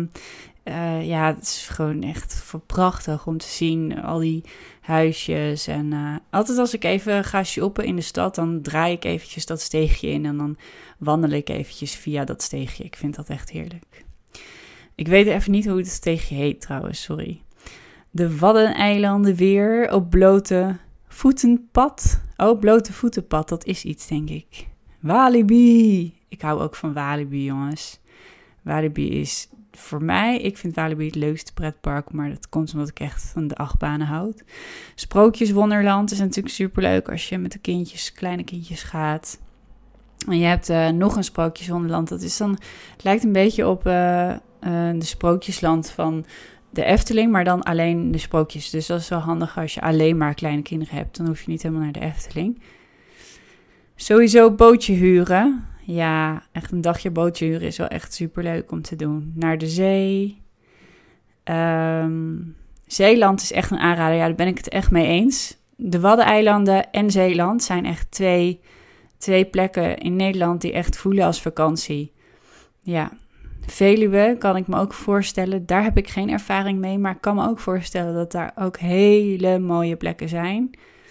Het is gewoon echt prachtig om te zien. Al die huisjes. En altijd als ik even ga shoppen in de stad, dan draai ik eventjes dat steegje in. En dan wandel ik eventjes via dat steegje. Ik vind dat echt heerlijk. Ik weet even niet hoe het steegje heet trouwens, sorry. De Waddeneilanden weer op blote voetenpad. Oh, blote voetenpad, dat is iets, denk ik. Walibi. Ik hou ook van Walibi, jongens. Walibi is voor mij, ik vind Walibi het leukste pretpark, maar dat komt omdat ik echt van de achtbanen houd. Sprookjeswonderland is natuurlijk superleuk als je met de kleine kindjes gaat. En je hebt nog een Sprookjeswonderland. Dat is dan, het lijkt een beetje op de Sprookjesland van de Efteling, maar dan alleen de sprookjes. Dus dat is wel handig als je alleen maar kleine kinderen hebt. Dan hoef je niet helemaal naar de Efteling. Sowieso bootje huren. Ja, echt een dagje bootje is wel echt superleuk om te doen. Naar de zee. Zeeland is echt een aanrader. Ja, daar ben ik het echt mee eens. De Waddeneilanden en Zeeland zijn echt twee plekken in Nederland die echt voelen als vakantie. Ja, Veluwe kan ik me ook voorstellen. Daar heb ik geen ervaring mee, maar ik kan me ook voorstellen dat daar ook hele mooie plekken zijn.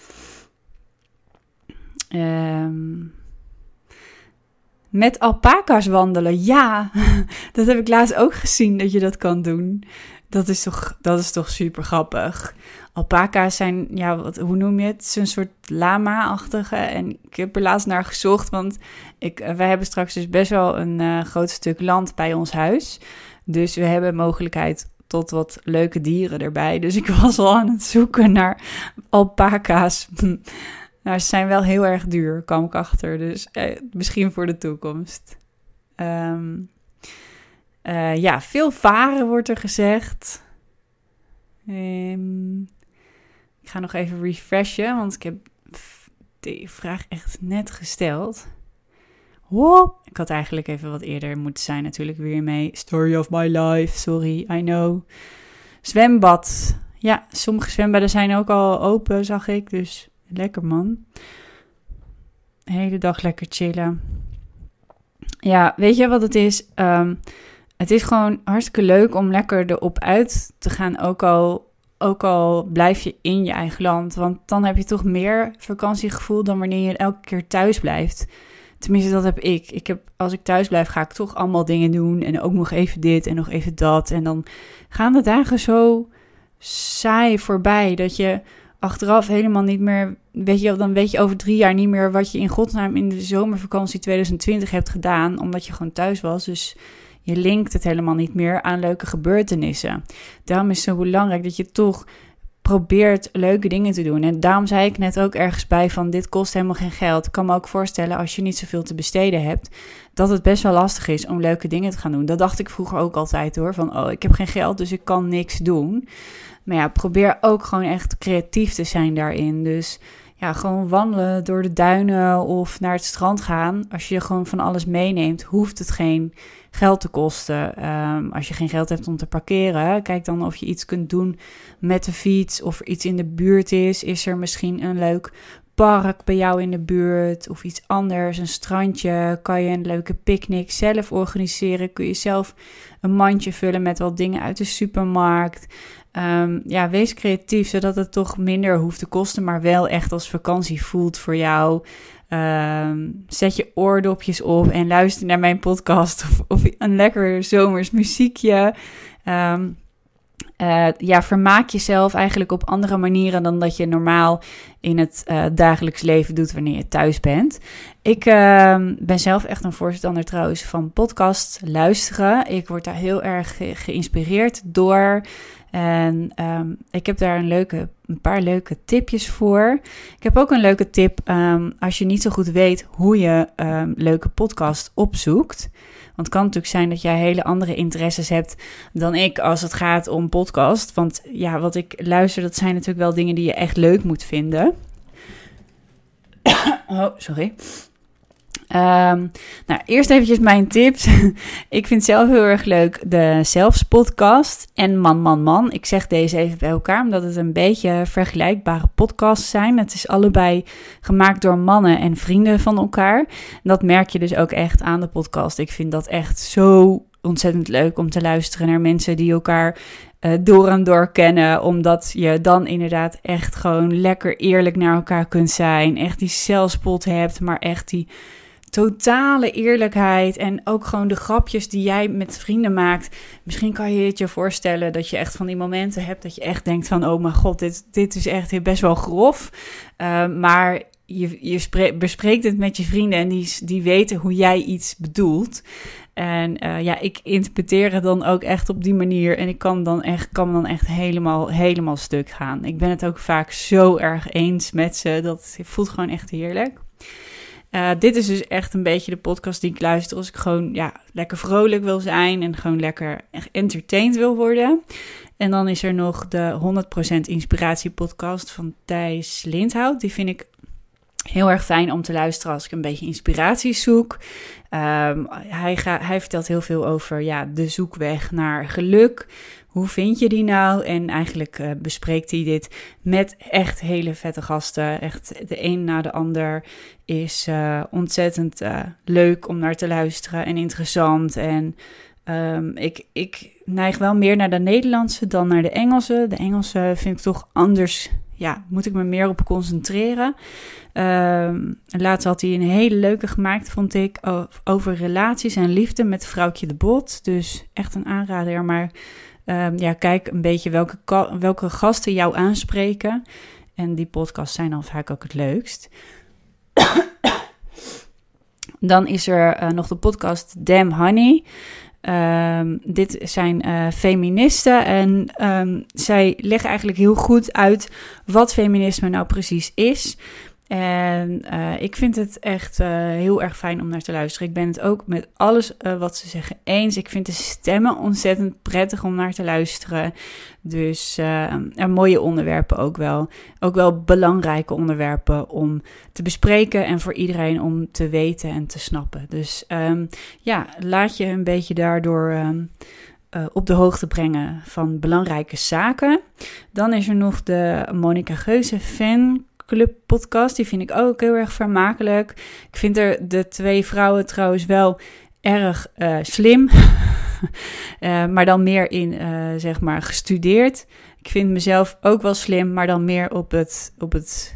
Met alpaca's wandelen, ja, dat heb ik laatst ook gezien dat je dat kan doen. Dat is toch super grappig. Alpaca's zijn, ja, hoe noem je het? Het is een soort lama-achtige. En ik heb er laatst naar gezocht, want wij hebben straks dus best wel een groot stuk land bij ons huis. Dus we hebben mogelijkheid tot wat leuke dieren erbij. Dus ik was al aan het zoeken naar alpaca's. Nou, ze zijn wel heel erg duur, kwam ik achter. Dus misschien voor de toekomst. Ja, veel varen wordt er gezegd. Ik ga nog even refreshen, want ik heb de vraag echt net gesteld. Ik had eigenlijk even wat eerder moeten zijn natuurlijk weer mee. Story of my life, sorry, I know. Zwembad. Ja, sommige zwembaden zijn ook al open, zag ik. Dus lekker man. De hele dag lekker chillen. Ja, weet je wat het is? Het is gewoon hartstikke leuk om lekker erop uit te gaan. Ook al blijf je in je eigen land. Want dan heb je toch meer vakantiegevoel dan wanneer je elke keer thuis blijft. Tenminste, dat heb ik. Als ik thuis blijf, ga ik toch allemaal dingen doen. En ook nog even dit en nog even dat. En dan gaan de dagen zo saai voorbij dat je achteraf helemaal niet meer, dan weet je over 3 jaar niet meer wat je in godsnaam in de zomervakantie 2020 hebt gedaan, omdat je gewoon thuis was. Dus je linkt het helemaal niet meer aan leuke gebeurtenissen. Daarom is het zo belangrijk dat je toch probeert leuke dingen te doen. En daarom zei ik net ook ergens bij van dit kost helemaal geen geld. Ik kan me ook voorstellen als je niet zoveel te besteden hebt, dat het best wel lastig is om leuke dingen te gaan doen. Dat dacht ik vroeger ook altijd hoor. Van ik heb geen geld, dus ik kan niks doen. Maar ja, probeer ook gewoon echt creatief te zijn daarin. Dus ja, gewoon wandelen door de duinen of naar het strand gaan. Als je gewoon van alles meeneemt, hoeft het geen geld te kosten. Als je geen geld hebt om te parkeren, kijk dan of je iets kunt doen met de fiets. Of er iets in de buurt is. Is er misschien een leuk park bij jou in de buurt of iets anders, een strandje? Kan je een leuke picknick zelf organiseren? Kun je zelf een mandje vullen met wat dingen uit de supermarkt? Ja, wees creatief, zodat het toch minder hoeft te kosten, maar wel echt als vakantie voelt voor jou. Zet je oordopjes op en luister naar mijn podcast of een lekker zomers muziekje. Ja, vermaak jezelf eigenlijk op andere manieren dan dat je normaal in het dagelijks leven doet wanneer je thuis bent. Ik ben zelf echt een voorstander trouwens van podcast luisteren. Ik word daar heel erg geïnspireerd door. En ik heb daar een paar leuke tipjes voor. Ik heb ook een leuke tip als je niet zo goed weet hoe je leuke podcast opzoekt. Want het kan natuurlijk zijn dat jij hele andere interesses hebt dan ik als het gaat om podcast. Want ja, wat ik luister, dat zijn natuurlijk wel dingen die je echt leuk moet vinden. Oh, sorry. Nou, eerst eventjes mijn tips. Ik vind zelf heel erg leuk de Zelfs podcast en Man. Ik zeg deze even bij elkaar, omdat het een beetje vergelijkbare podcasts zijn. Het is allebei gemaakt door mannen en vrienden van elkaar. En dat merk je dus ook echt aan de podcast. Ik vind dat echt zo ontzettend leuk om te luisteren naar mensen die elkaar door en door kennen, omdat je dan inderdaad echt gewoon lekker eerlijk naar elkaar kunt zijn. Echt die zelfspot hebt, maar echt die totale eerlijkheid en ook gewoon de grapjes die jij met vrienden maakt. Misschien kan je het je voorstellen dat je echt van die momenten hebt dat je echt denkt van, oh mijn god, dit is echt best wel grof. Maar je bespreekt het met je vrienden en die weten hoe jij iets bedoelt. En ja, ik interpreteer het dan ook echt op die manier. En ik kan me dan echt helemaal stuk gaan. Ik ben het ook vaak zo erg eens met ze. Dat voelt gewoon echt heerlijk. Dit is dus echt een beetje de podcast die ik luister als ik gewoon lekker vrolijk wil zijn en gewoon lekker echt entertained wil worden. En dan is er nog de 100% inspiratie podcast van Thijs Lindhout. Die vind ik Heel erg fijn om te luisteren als ik een beetje inspiratie zoek. Hij vertelt heel veel over de zoekweg naar geluk. Hoe vind je die nou? En eigenlijk bespreekt hij dit met echt hele vette gasten. Echt de een na de ander is ontzettend leuk om naar te luisteren en interessant. En ik neig wel meer naar de Nederlandse dan naar de Engelse. De Engelse vind ik toch anders. Ja, moet ik me meer op concentreren. Laatst had hij een hele leuke gemaakt, vond ik, over relaties en liefde met Vrouwtje de Bot. Dus echt een aanrader, maar kijk een beetje welke gasten jou aanspreken. En die podcasts zijn dan vaak ook het leukst. Dan is er nog de podcast Damn Honey. Dit zijn feministen en zij leggen eigenlijk heel goed uit wat feminisme nou precies is. En ik vind het echt heel erg fijn om naar te luisteren. Ik ben het ook met alles wat ze zeggen eens. Ik vind de stemmen ontzettend prettig om naar te luisteren. Dus mooie onderwerpen ook wel. Ook wel belangrijke onderwerpen om te bespreken en voor iedereen om te weten en te snappen. Dus laat je een beetje daardoor op de hoogte brengen van belangrijke zaken. Dan is er nog de Monica Geuze Fanclub podcast. Die vind ik ook heel erg vermakelijk. Ik vind de 2 vrouwen trouwens wel erg slim. Maar dan meer in, gestudeerd. Ik vind mezelf ook wel slim, maar dan meer op het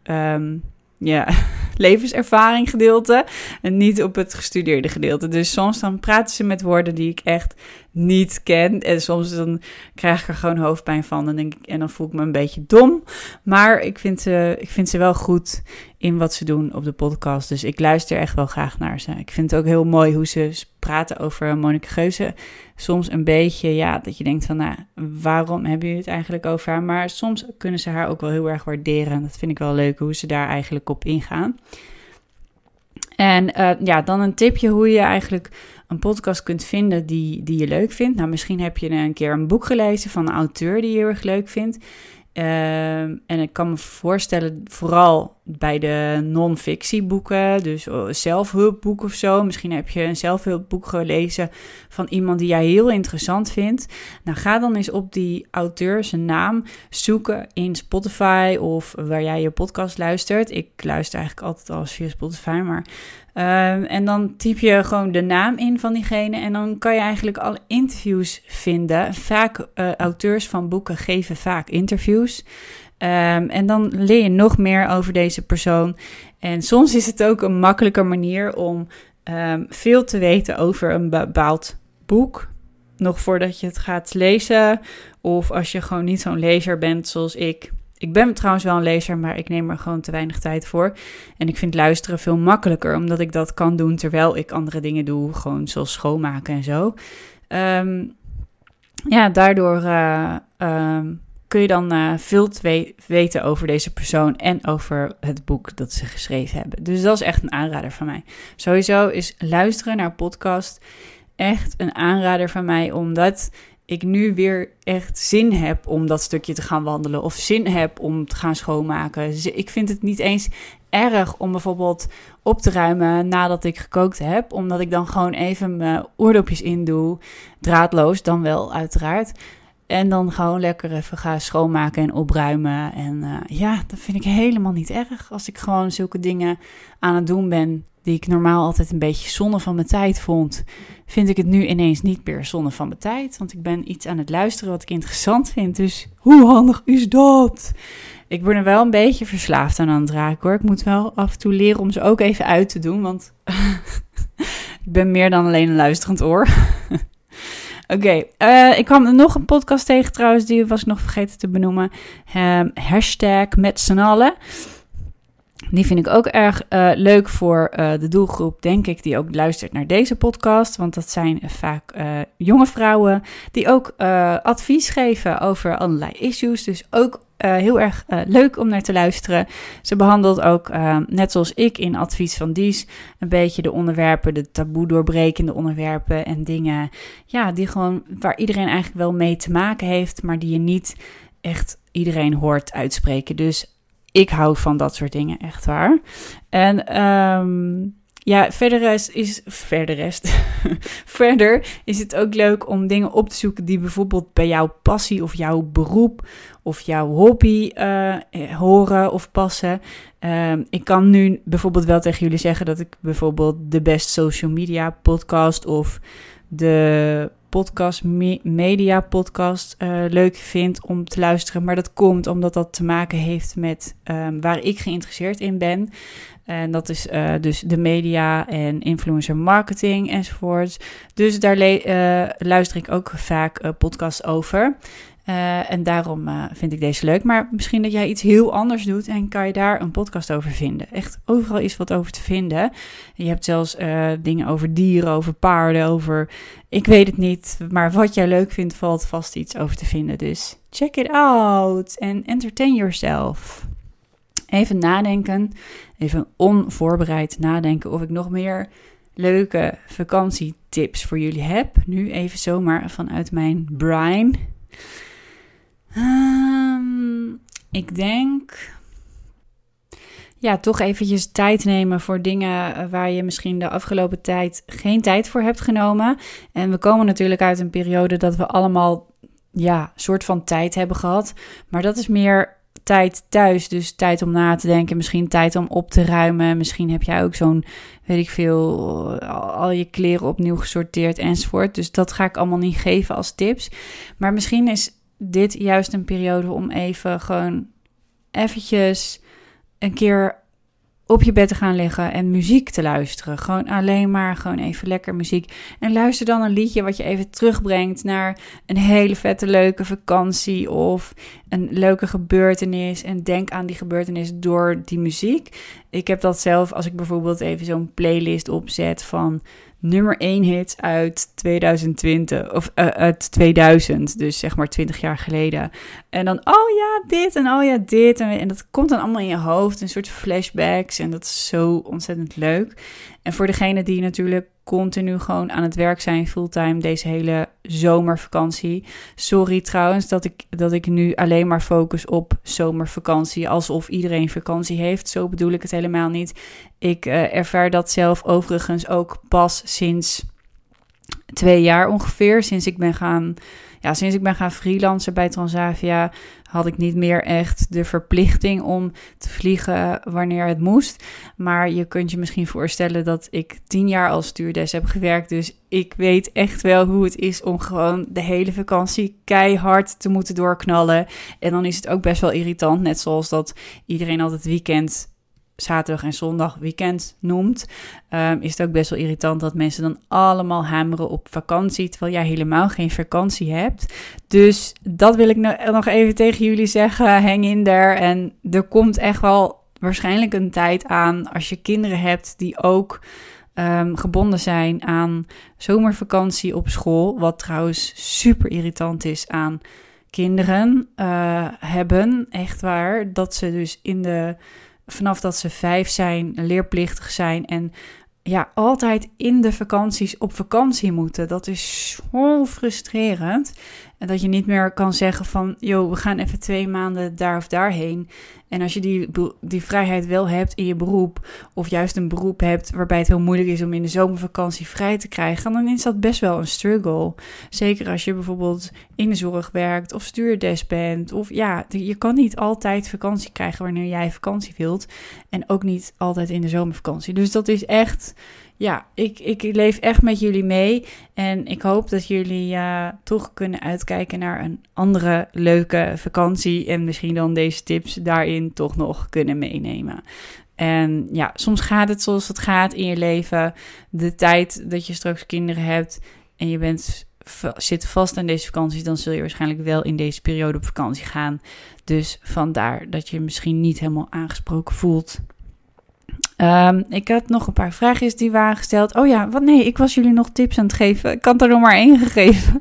levenservaring gedeelte en niet op het gestudeerde gedeelte. Dus soms dan praten ze met woorden die ik echt niet ken en soms dan krijg ik er gewoon hoofdpijn van. Dan denk ik, en dan voel ik me een beetje dom. Maar ik vind ze wel goed in wat ze doen op de podcast. Dus ik luister echt wel graag naar ze. Ik vind het ook heel mooi hoe ze praten over Monica Geuze. Soms een beetje, dat je denkt van, waarom hebben jullie het eigenlijk over haar? Maar soms kunnen ze haar ook wel heel erg waarderen. Dat vind ik wel leuk, hoe ze daar eigenlijk op ingaan. En dan een tipje hoe je eigenlijk een podcast kunt vinden die je leuk vindt. Nou, misschien heb je een keer een boek gelezen van een auteur die je heel erg leuk vindt. En ik kan me voorstellen, vooral bij de non-fictieboeken, dus zelfhulpboek of zo. Misschien heb je een zelfhulpboek gelezen van iemand die jij heel interessant vindt. Nou, ga dan eens op die auteur zijn naam zoeken in Spotify of waar jij je podcast luistert. Ik luister eigenlijk altijd alles via Spotify, maar en dan typ je gewoon de naam in van diegene en dan kan je eigenlijk alle interviews vinden. Vaak auteurs van boeken geven vaak interviews. En dan leer je nog meer over deze persoon. En soms is het ook een makkelijke manier om veel te weten over een bepaald boek. Nog voordat je het gaat lezen. Of als je gewoon niet zo'n lezer bent zoals ik. Ik ben trouwens wel een lezer, maar ik neem er gewoon te weinig tijd voor. En ik vind luisteren veel makkelijker, omdat ik dat kan doen terwijl ik andere dingen doe. Gewoon zoals schoonmaken en zo. Daardoor kun je dan veel weten over deze persoon en over het boek dat ze geschreven hebben. Dus dat is echt een aanrader van mij. Sowieso is luisteren naar podcast echt een aanrader van mij, omdat ik nu weer echt zin heb om dat stukje te gaan wandelen of zin heb om te gaan schoonmaken. Ik vind het niet eens erg om bijvoorbeeld op te ruimen nadat ik gekookt heb, omdat ik dan gewoon even mijn oordopjes in doe, draadloos dan wel uiteraard. En dan gewoon lekker even gaan schoonmaken en opruimen. En dat vind ik helemaal niet erg. Als ik gewoon zulke dingen aan het doen ben die ik normaal altijd een beetje zonde van mijn tijd vond, vind ik het nu ineens niet meer zonde van mijn tijd. Want ik ben iets aan het luisteren wat ik interessant vind. Dus hoe handig is dat? Ik ben er wel een beetje verslaafd aan het raken, hoor. Ik moet wel af en toe leren om ze ook even uit te doen. Want ik ben meer dan alleen een luisterend oor. Oké, ik kwam nog een podcast tegen trouwens, die was ik nog vergeten te benoemen. #met z'n allen. Die vind ik ook erg leuk voor de doelgroep, denk ik, die ook luistert naar deze podcast. Want dat zijn vaak jonge vrouwen die ook advies geven over allerlei issues. Dus ook heel erg leuk om naar te luisteren. Ze behandelt ook, net zoals ik in Advies van Dies, een beetje de onderwerpen, de taboe doorbrekende onderwerpen en dingen, die gewoon, waar iedereen eigenlijk wel mee te maken heeft, maar die je niet echt iedereen hoort uitspreken. Dus ik hou van dat soort dingen, echt waar. En verder is het ook leuk om dingen op te zoeken die bijvoorbeeld bij jouw passie of jouw beroep of jouw hobby horen of passen. Ik kan nu bijvoorbeeld wel tegen jullie zeggen dat ik bijvoorbeeld de Best Social Media podcast of de podcast media podcast leuk vind om te luisteren. Maar dat komt omdat dat te maken heeft met waar ik geïnteresseerd in ben. En dat is dus de media en influencer marketing enzovoort. Dus daar luister ik ook vaak podcasts over. En daarom vind ik deze leuk. Maar misschien dat jij iets heel anders doet en kan je daar een podcast over vinden. Echt, overal is wat over te vinden. Je hebt zelfs dingen over dieren, over paarden, over... Ik weet het niet, maar wat jij leuk vindt, valt vast iets over te vinden. Dus check it out and entertain yourself. Even nadenken, even onvoorbereid nadenken of ik nog meer leuke vakantietips voor jullie heb. Nu even zomaar vanuit mijn brain. Ik denk, toch eventjes tijd nemen voor dingen waar je misschien de afgelopen tijd geen tijd voor hebt genomen. En we komen natuurlijk uit een periode dat we allemaal, soort van tijd hebben gehad. Maar dat is meer tijd thuis, dus tijd om na te denken, misschien tijd om op te ruimen. Misschien heb jij ook zo'n, weet ik veel, al je kleren opnieuw gesorteerd enzovoort. Dus dat ga ik allemaal niet geven als tips. Maar misschien is dit juist een periode om even gewoon eventjes een keer op je bed te gaan liggen en muziek te luisteren. Gewoon alleen maar gewoon even lekker muziek. En luister dan een liedje wat je even terugbrengt naar een hele vette leuke vakantie of een leuke gebeurtenis. En denk aan die gebeurtenis door die muziek. Ik heb dat zelf als ik bijvoorbeeld even zo'n playlist opzet van nummer 1 hits uit 2020 of uit 2000, dus zeg maar 20 jaar geleden. En dan, dit en dit. En dat komt dan allemaal in je hoofd, een soort flashbacks. En dat is zo ontzettend leuk. En voor degene die natuurlijk continu gewoon aan het werk zijn, fulltime, deze hele zomervakantie. Sorry trouwens dat ik nu alleen maar focus op zomervakantie, alsof iedereen vakantie heeft. Zo bedoel ik het helemaal niet. Ik ervaar dat zelf overigens ook pas sinds 2 jaar ongeveer. Sinds ik ben gaan freelancen bij Transavia, had ik niet meer echt de verplichting om te vliegen wanneer het moest. Maar je kunt je misschien voorstellen dat ik 10 jaar als stewardess heb gewerkt. Dus ik weet echt wel hoe het is om gewoon de hele vakantie keihard te moeten doorknallen. En dan is het ook best wel irritant, net zoals dat iedereen altijd weekend, zaterdag en zondag weekend noemt, is het ook best wel irritant dat mensen dan allemaal hameren op vakantie, terwijl jij helemaal geen vakantie hebt. Dus dat wil ik nog even tegen jullie zeggen. Hang in there. En er komt echt wel waarschijnlijk een tijd aan als je kinderen hebt die ook gebonden zijn aan zomervakantie op school, wat trouwens super irritant is aan kinderen hebben. Echt waar, dat ze dus vanaf dat ze 5 zijn, leerplichtig zijn en altijd in de vakanties op vakantie moeten. Dat is zo frustrerend. En dat je niet meer kan zeggen van, we gaan even 2 maanden daar of daarheen. En als je die vrijheid wel hebt in je beroep, of juist een beroep hebt waarbij het heel moeilijk is om in de zomervakantie vrij te krijgen, dan is dat best wel een struggle. Zeker als je bijvoorbeeld in de zorg werkt of stewardess bent. Of je kan niet altijd vakantie krijgen wanneer jij vakantie wilt. En ook niet altijd in de zomervakantie. Dus dat is echt, ik leef echt met jullie mee. En ik hoop dat jullie toch kunnen uitkijken naar een andere leuke vakantie. En misschien dan deze tips daarin toch nog kunnen meenemen. En soms gaat het zoals het gaat in je leven. De tijd dat je straks kinderen hebt en je zit vast aan deze vakantie, dan zul je waarschijnlijk wel in deze periode op vakantie gaan. Dus vandaar dat je misschien niet helemaal aangesproken voelt. Ik had nog een paar vraagjes die waren gesteld. Ik was jullie nog tips aan het geven. Ik had er nog maar 1 gegeven.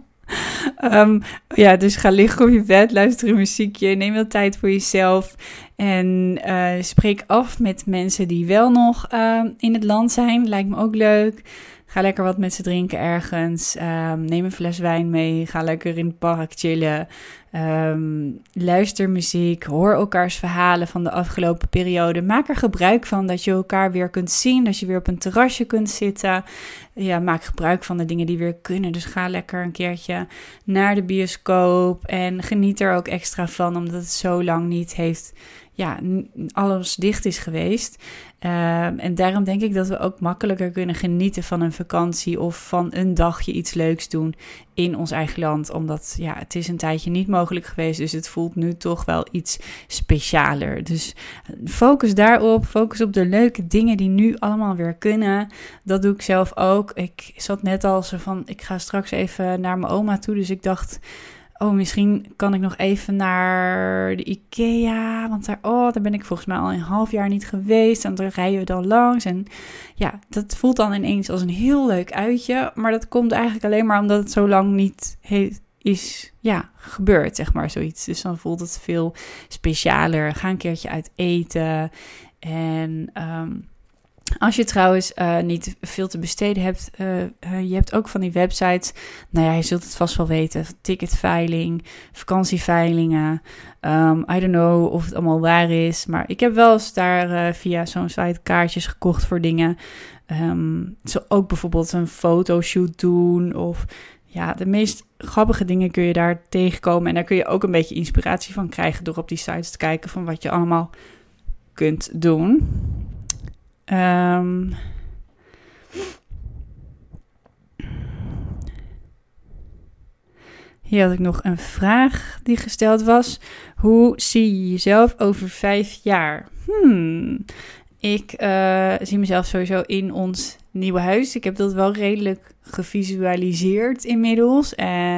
Dus ga liggen op je bed, luister een muziekje, neem wel tijd voor jezelf. En spreek af met mensen die wel nog in het land zijn. Lijkt me ook leuk. Ga lekker wat met ze drinken ergens. Neem een fles wijn mee. Ga lekker in het park chillen. Luister muziek. Hoor elkaars verhalen van de afgelopen periode. Maak er gebruik van dat je elkaar weer kunt zien. Dat je weer op een terrasje kunt zitten. Ja, maak gebruik van de dingen die weer kunnen. Dus ga lekker een keertje naar de bioscoop. En geniet er ook extra van. Omdat het zo lang niet heeft... Ja, alles dicht is geweest. En daarom denk ik dat we ook makkelijker kunnen genieten van een vakantie of van een dagje iets leuks doen in ons eigen land. Omdat ja, het is een tijdje niet mogelijk geweest, dus het voelt nu toch wel iets specialer. Dus focus daarop, focus op de leuke dingen die nu allemaal weer kunnen. Dat doe ik zelf ook. Ik zat net al zo van, ik ga straks even naar mijn oma toe, dus ik dacht... Oh, misschien kan ik nog even naar de IKEA, want daar ben ik volgens mij al een half jaar niet geweest. En daar rijden we dan langs. En ja, dat voelt dan ineens als een heel leuk uitje. Maar dat komt eigenlijk alleen maar omdat het zo lang niet is gebeurd, zeg maar, zoiets. Dus dan voelt het veel specialer. Ga een keertje uit eten. En... als je trouwens niet veel te besteden hebt, je hebt ook van die websites, nou ja, je zult het vast wel weten, ticketveiling, vakantieveilingen, I don't know of het allemaal waar is, maar ik heb wel eens daar via zo'n site kaartjes gekocht voor dingen, zo ook bijvoorbeeld een fotoshoot doen of... Ja, de meest grappige dingen kun je daar tegenkomen en daar kun je ook een beetje inspiratie van krijgen door op die sites te kijken van wat je allemaal kunt doen. Hier had ik nog een vraag die gesteld was. Hoe zie je jezelf over 5 jaar? Ik zie mezelf sowieso in ons nieuwe huis. Ik heb dat wel redelijk gevisualiseerd inmiddels.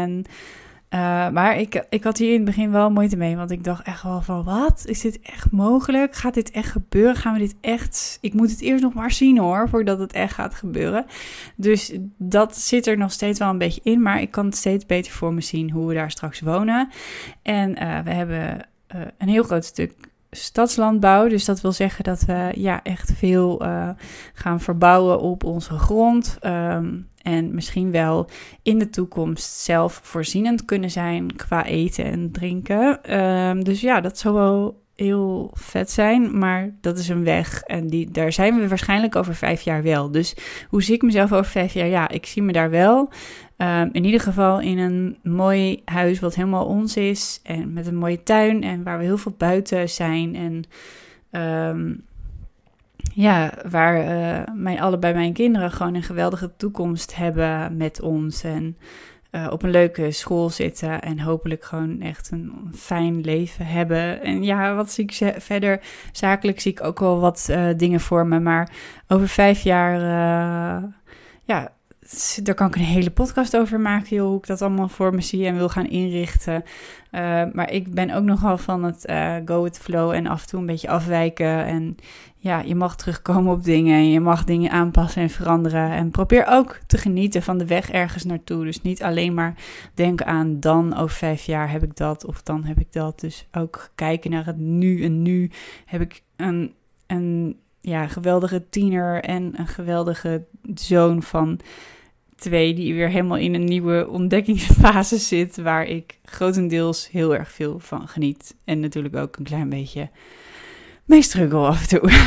Maar ik had hier in het begin wel moeite mee. Want ik dacht echt wel van, wat? Is dit echt mogelijk? Gaat dit echt gebeuren? Gaan we dit echt... Ik moet het eerst nog maar zien hoor, voordat het echt gaat gebeuren. Dus dat zit er nog steeds wel een beetje in. Maar ik kan het steeds beter voor me zien hoe we daar straks wonen. En we hebben een heel groot stuk stadslandbouw. Dus dat wil zeggen dat we echt veel gaan verbouwen op onze grond. En misschien wel in de toekomst zelf voorzienend kunnen zijn qua eten en drinken. Dus ja, dat zou wel heel vet zijn, maar dat is een weg. En daar zijn we waarschijnlijk over 5 jaar wel. Dus hoe zie ik mezelf over 5 jaar? Ja, ik zie me daar wel. In ieder geval in een mooi huis wat helemaal ons is. En met een mooie tuin en waar we heel veel buiten zijn. En waar allebei mijn kinderen gewoon een geweldige toekomst hebben met ons. En op een leuke school zitten en hopelijk gewoon echt een fijn leven hebben. En ja, wat zie ik verder? Zakelijk zie ik ook wel wat dingen voor me. Maar over 5 jaar, daar kan ik een hele podcast over maken, joh, hoe ik dat allemaal voor me zie en wil gaan inrichten. Maar ik ben ook nogal van het go with the flow en af en toe een beetje afwijken. En ja, je mag terugkomen op dingen en je mag dingen aanpassen en veranderen. En probeer ook te genieten van de weg ergens naartoe. Dus niet alleen maar denken aan dan over 5 jaar heb ik dat of dan heb ik dat. Dus ook kijken naar het nu. En nu heb ik een geweldige tiener en een geweldige zoon van 2 die weer helemaal in een nieuwe ontdekkingsfase zit, waar ik grotendeels heel erg veel van geniet. En natuurlijk ook een klein beetje mee struggle af en toe.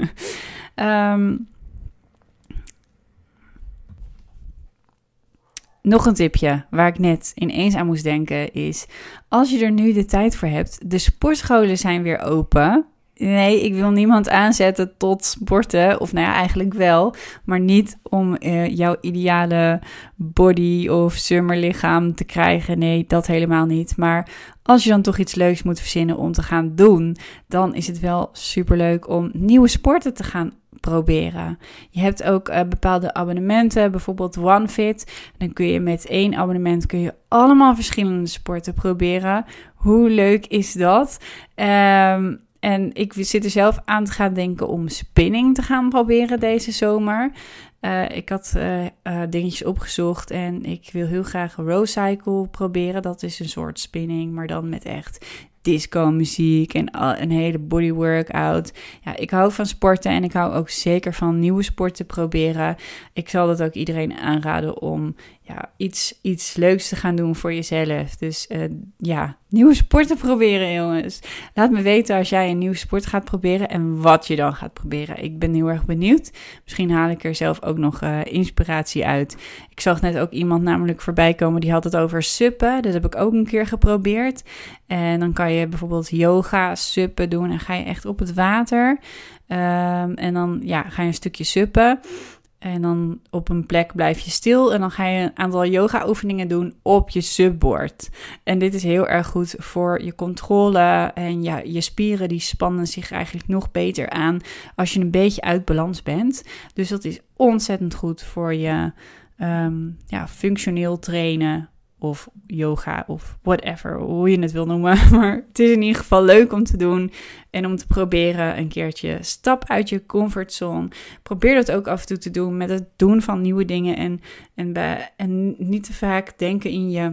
Nog een tipje waar ik net ineens aan moest denken is, als je er nu de tijd voor hebt, de sportscholen zijn weer open. Nee, ik wil niemand aanzetten tot sporten. Of nou ja, eigenlijk wel. Maar niet om jouw ideale body of summerlichaam te krijgen. Nee, dat helemaal niet. Maar als je dan toch iets leuks moet verzinnen om te gaan doen, dan is het wel superleuk om nieuwe sporten te gaan proberen. Je hebt ook bepaalde abonnementen, bijvoorbeeld OneFit. Dan kun je met 1 abonnement allemaal verschillende sporten proberen. Hoe leuk is dat? En ik zit er zelf aan te gaan denken om spinning te gaan proberen deze zomer. Ik had dingetjes opgezocht en ik wil heel graag Rowcycle proberen. Dat is een soort spinning, maar dan met echt disco muziek en een hele body workout. Ja, ik hou van sporten en ik hou ook zeker van nieuwe sporten proberen. Ik zal dat ook iedereen aanraden om iets leuks te gaan doen voor jezelf. Dus nieuwe sporten proberen, jongens. Laat me weten als jij een nieuwe sport gaat proberen en wat je dan gaat proberen. Ik ben heel erg benieuwd. Misschien haal ik er zelf ook nog inspiratie uit. Ik zag net ook iemand namelijk voorbij komen die had het over suppen. Dat heb ik ook een keer geprobeerd. En dan kan je bijvoorbeeld yoga, suppen doen en ga je echt op het water. En dan ga je een stukje suppen. En dan op een plek blijf je stil en dan ga je een aantal yoga-oefeningen doen op je subbord. En dit is heel erg goed voor je controle en je spieren die spannen zich eigenlijk nog beter aan als je een beetje uit balans bent. Dus dat is ontzettend goed voor je functioneel trainen of yoga of whatever, hoe je het wil noemen. Maar het is in ieder geval leuk om te doen en om te proberen een keertje. Stap uit je comfortzone. Probeer dat ook af en toe te doen met het doen van nieuwe dingen en niet te vaak denken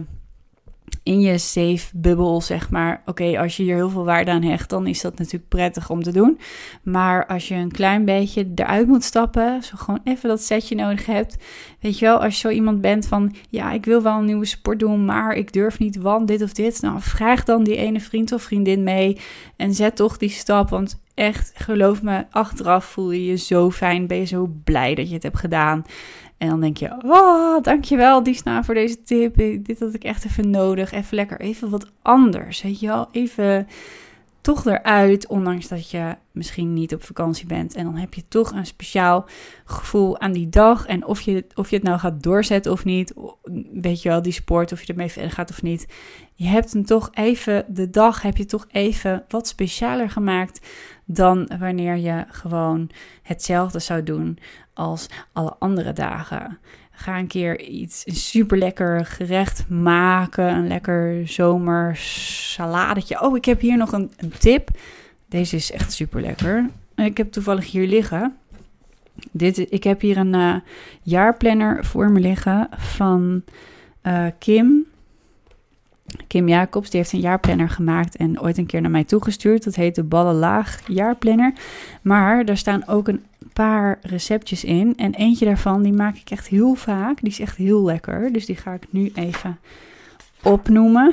in je safe bubbel, zeg maar. Oké, als je hier heel veel waarde aan hecht, dan is dat natuurlijk prettig om te doen. Maar als je een klein beetje eruit moet stappen, zo gewoon even dat setje nodig hebt. Weet je wel, als je zo iemand bent van, ik wil wel een nieuwe sport doen, maar ik durf niet, want dit of dit. Nou, vraag dan die ene vriend of vriendin mee en zet toch die stap, want echt, geloof me, achteraf voel je je zo fijn, ben je zo blij dat je het hebt gedaan. En dan denk je, dankjewel Disna voor deze tip. Dit had ik echt even nodig. Even lekker, even wat anders. Weet je wel, even toch eruit. Ondanks dat je misschien niet op vakantie bent. En dan heb je toch een speciaal gevoel aan die dag. En of je het nou gaat doorzetten of niet. Weet je wel, die sport, of je ermee verder gaat of niet. Je hebt hem toch even, de dag heb je toch even wat specialer gemaakt dan wanneer je gewoon hetzelfde zou doen als alle andere dagen. Ga een keer een super lekker gerecht maken. Een lekker zomersaladetje. Oh, ik heb hier nog een tip. Deze is echt super lekker. Ik heb toevallig hier liggen. Ik heb hier een jaarplanner voor me liggen van Kim Jacobs. Die heeft een jaarplanner gemaakt en ooit een keer naar mij toegestuurd. Dat heet de Ballenlaag jaarplanner. Maar daar staan ook een paar receptjes in. En eentje daarvan, die maak ik echt heel vaak. Die is echt heel lekker. Dus die ga ik nu even opnoemen.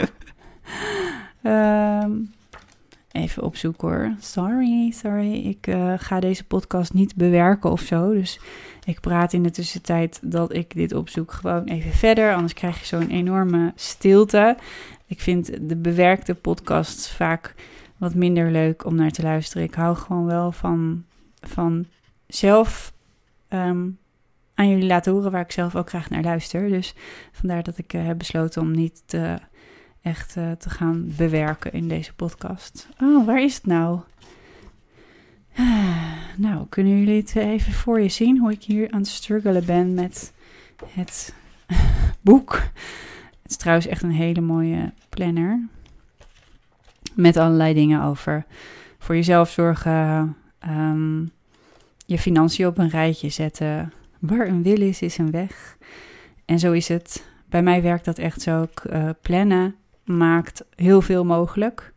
Even opzoeken hoor. Sorry. Ik ga deze podcast niet bewerken of zo. Dus ik praat in de tussentijd dat ik dit opzoek gewoon even verder. Anders krijg je zo'n enorme stilte. Ik vind de bewerkte podcasts vaak wat minder leuk om naar te luisteren. Ik hou gewoon wel van zelf aan jullie laten horen waar ik zelf ook graag naar luister. Dus vandaar dat ik heb besloten om niet te gaan bewerken in deze podcast. Oh, waar is het nou? Nou, kunnen jullie het even voor je zien? Hoe ik hier aan het struggelen ben met het boek. Het is trouwens echt een hele mooie planner. Met allerlei dingen over voor jezelf zorgen. Je financiën op een rijtje zetten. Waar een wil is een weg. En zo is het. Bij mij werkt dat echt zo. Plannen maakt heel veel mogelijk.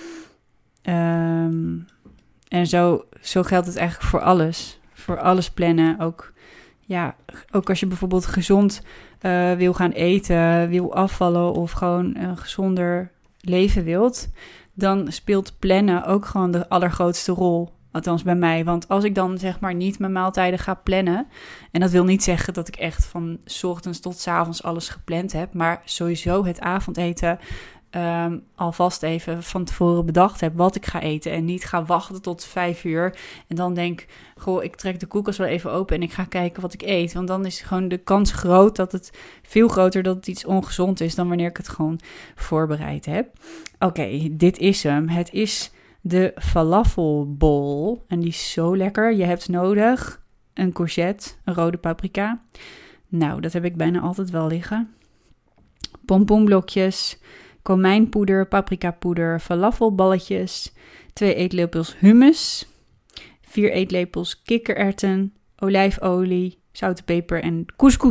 En zo geldt het eigenlijk voor alles. Voor alles plannen. Ook als je bijvoorbeeld gezond wil gaan eten, wil afvallen of gewoon een gezonder leven wilt, dan speelt plannen ook gewoon de allergrootste rol. Althans bij mij. Want als ik dan zeg maar niet mijn maaltijden ga plannen. En dat wil niet zeggen dat ik echt van 's ochtends tot 's avonds alles gepland heb. Maar sowieso het avondeten alvast even van tevoren bedacht heb wat ik ga eten. En niet ga wachten tot 5 uur. En dan denk, ik trek de koelkast wel even open en ik ga kijken wat ik eet. Want dan is gewoon de kans groot veel groter dat het iets ongezond is dan wanneer ik het gewoon voorbereid heb. Oké, dit is hem. Het is de falafelbol. En die is zo lekker. Je hebt nodig een courgette, een rode paprika. Nou, dat heb ik bijna altijd wel liggen. Pompoenblokjes, komijnpoeder, paprikapoeder, falafelballetjes, 2 eetlepels hummus, 4 eetlepels kikkererwten, olijfolie, zout, peper en couscous.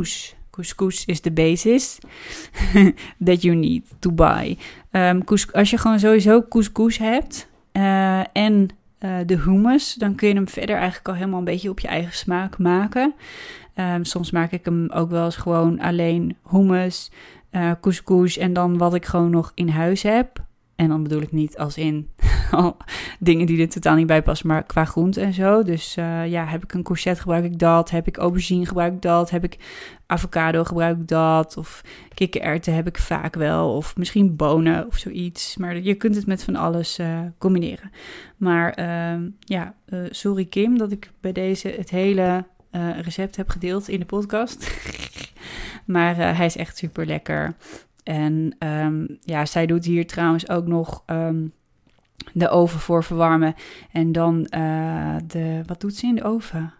Couscous is the basis that you need to buy. Als je gewoon sowieso couscous hebt en de hummus, dan kun je hem verder eigenlijk al helemaal een beetje op je eigen smaak maken. Soms maak ik hem ook wel eens gewoon alleen hummus, couscous en dan wat ik gewoon nog in huis heb. En dan bedoel ik niet als in dingen die er totaal niet bij passen, maar qua groente en zo. Dus heb ik een courgette, gebruik ik dat. Heb ik aubergine, gebruik ik dat. Heb ik avocado, gebruik ik dat. Of kikkererwten heb ik vaak wel. Of misschien bonen of zoiets. Maar je kunt het met van alles combineren. Maar sorry Kim dat ik bij deze het hele recept heb gedeeld in de podcast. Maar hij is echt super lekker. En zij doet hier trouwens ook nog de oven voor verwarmen. En dan wat doet ze in de oven?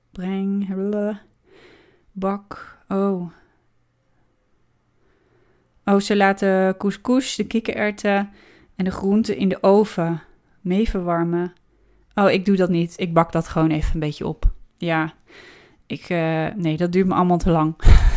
Bak. Ze laat de couscous, de kikkererwten en de groenten in de oven mee verwarmen. Ik doe dat niet. Ik bak dat gewoon even een beetje op. Ja, dat duurt me allemaal te lang.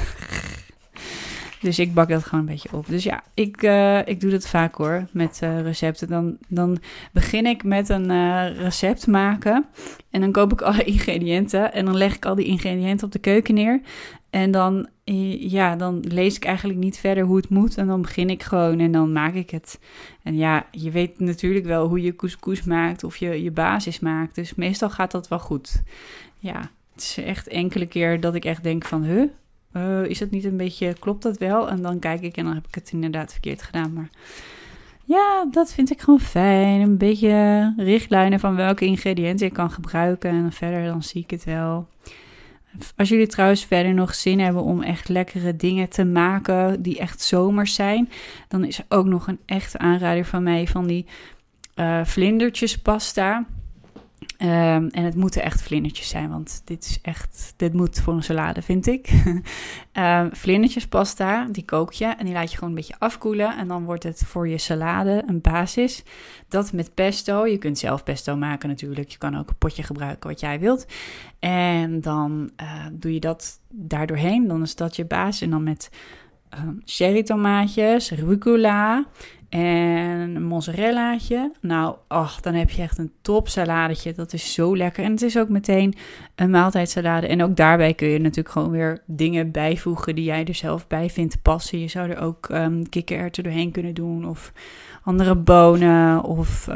Dus ik bak dat gewoon een beetje op. Dus ja, ik doe dat vaak hoor, met recepten. Dan begin ik met een recept maken. En dan koop ik alle ingrediënten. En dan leg ik al die ingrediënten op de keuken neer. En dan lees ik eigenlijk niet verder hoe het moet. En dan begin ik gewoon en dan maak ik het. En ja, je weet natuurlijk wel hoe je couscous maakt of je basis maakt. Dus meestal gaat dat wel goed. Ja, het is echt enkele keer dat ik echt denk van, is dat niet een beetje, klopt dat wel? En dan kijk ik en dan heb ik het inderdaad verkeerd gedaan. Maar ja, dat vind ik gewoon fijn. Een beetje richtlijnen van welke ingrediënten ik kan gebruiken. En verder dan zie ik het wel. Als jullie trouwens verder nog zin hebben om echt lekkere dingen te maken die echt zomers zijn, dan is er ook nog een echte aanrader van mij van die vlindertjespasta. En het moeten echt vlindertjes zijn, want dit moet voor een salade, vind ik. Vlindertjespasta, die kook je en die laat je gewoon een beetje afkoelen. En dan wordt het voor je salade een basis. Dat met pesto, je kunt zelf pesto maken natuurlijk. Je kan ook een potje gebruiken wat jij wilt. En dan doe je dat daar doorheen, dan is dat je basis. En dan met cherry tomaatjes, rucola en een mozzarellaatje. Nou, dan heb je echt een top saladetje. Dat is zo lekker. En het is ook meteen een maaltijdsalade. En ook daarbij kun je natuurlijk gewoon weer dingen bijvoegen die jij er zelf bij vindt passen. Je zou er ook kikkererwten doorheen kunnen doen. Of andere bonen. Of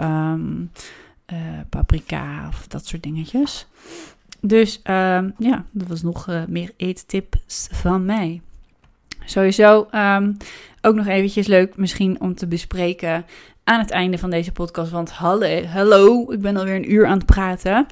paprika. Of dat soort dingetjes. Dus dat was nog meer eettips van mij. Sowieso ook nog eventjes leuk misschien om te bespreken aan het einde van deze podcast. Want hallo, ik ben alweer een uur aan het praten.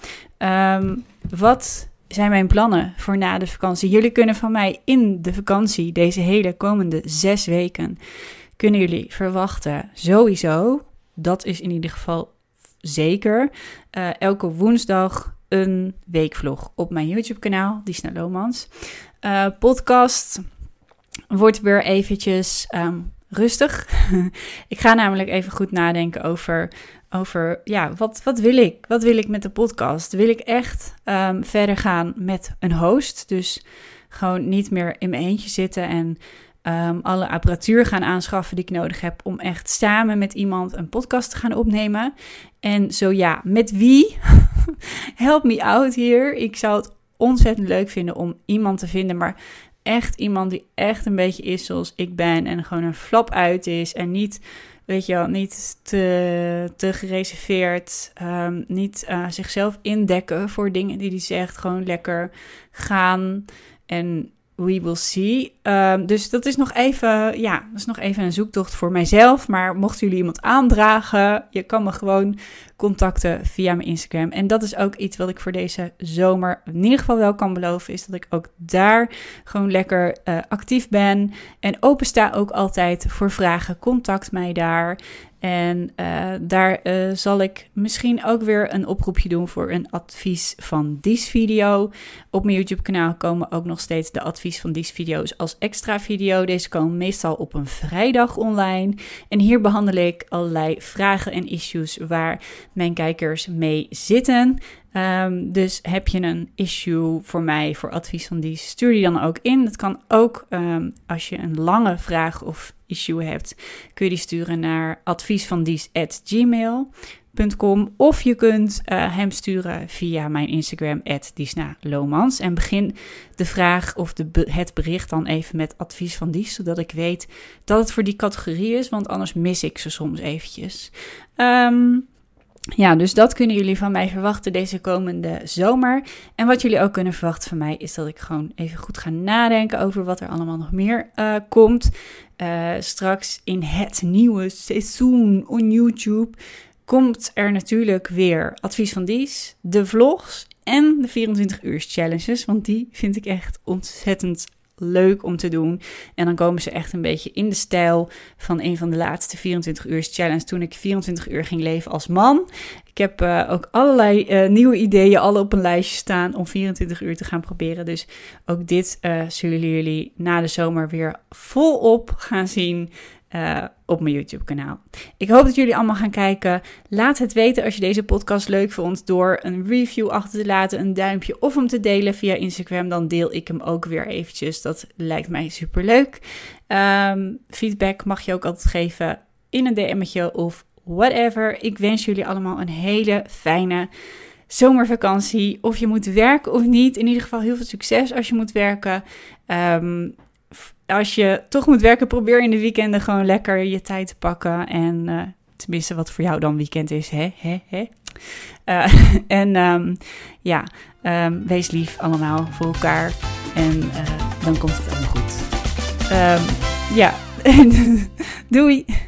Wat zijn mijn plannen voor na de vakantie? Jullie kunnen van mij in de vakantie, deze hele komende 6 weken, kunnen jullie verwachten sowieso, dat is in ieder geval zeker, elke woensdag een weekvlog op mijn YouTube kanaal, Disna Lomans. Podcast wordt weer eventjes rustig. Ik ga namelijk even goed nadenken over wat wil ik? Wat wil ik met de podcast? Wil ik echt verder gaan met een host? Dus gewoon niet meer in mijn eentje zitten en alle apparatuur gaan aanschaffen die ik nodig heb om echt samen met iemand een podcast te gaan opnemen. En zo ja, met wie? Help me out hier. Ik zou het ontzettend leuk vinden om iemand te vinden, maar echt iemand die echt een beetje is zoals ik ben en gewoon een flap uit is en niet, weet je wel, niet te gereserveerd, niet zichzelf indekken voor dingen die hij zegt, gewoon lekker gaan en we will see. Dus dat is nog even, een zoektocht voor mijzelf. Maar mochten jullie iemand aandragen, je kan me gewoon contacten via mijn Instagram. En dat is ook iets wat ik voor deze zomer in ieder geval wel kan beloven, is dat ik ook daar gewoon lekker actief ben. En opensta ook altijd voor vragen. Contact mij daar. En daar zal ik misschien ook weer een oproepje doen voor een advies van Dies video. Op mijn YouTube kanaal komen ook nog steeds de advies van Dies video's als extra video. Deze komen meestal op een vrijdag online. En hier behandel ik allerlei vragen en issues waar mijn kijkers mee zitten. Dus heb je een issue voor mij, voor Advies van Dies, stuur die dan ook in. Dat kan ook als je een lange vraag of issue hebt, kun je die sturen naar adviesvandies@gmail.com. Of je kunt hem sturen via mijn Instagram @Disna-Lomans. En begin de vraag of het bericht dan even met Advies van Dies, zodat ik weet dat het voor die categorie is, want anders mis ik ze soms eventjes. Ja, dus dat kunnen jullie van mij verwachten deze komende zomer. En wat jullie ook kunnen verwachten van mij is dat ik gewoon even goed ga nadenken over wat er allemaal nog meer komt. Straks in het nieuwe seizoen op YouTube komt er natuurlijk weer Advies van Dies, de vlogs en de 24 uur challenges. Want die vind ik echt ontzettend leuk om te doen. En dan komen ze echt een beetje in de stijl van een van de laatste 24 uur challenge toen ik 24 uur ging leven als man. Ik heb ook allerlei nieuwe ideeën alle op een lijstje staan om 24 uur te gaan proberen. Dus ook dit zullen jullie na de zomer weer volop gaan zien op mijn YouTube kanaal. Ik hoop dat jullie allemaal gaan kijken. Laat het weten als je deze podcast leuk vond door een review achter te laten, een duimpje of hem te delen via Instagram. Dan deel ik hem ook weer eventjes. Dat lijkt mij superleuk. Feedback mag je ook altijd geven in een DM'tje of whatever. Ik wens jullie allemaal een hele fijne zomervakantie. Of je moet werken of niet. In ieder geval heel veel succes als je moet werken. Als je toch moet werken, probeer in de weekenden gewoon lekker je tijd te pakken. En tenminste wat voor jou dan weekend is. Wees lief allemaal voor elkaar. En dan komt het allemaal goed. Doei!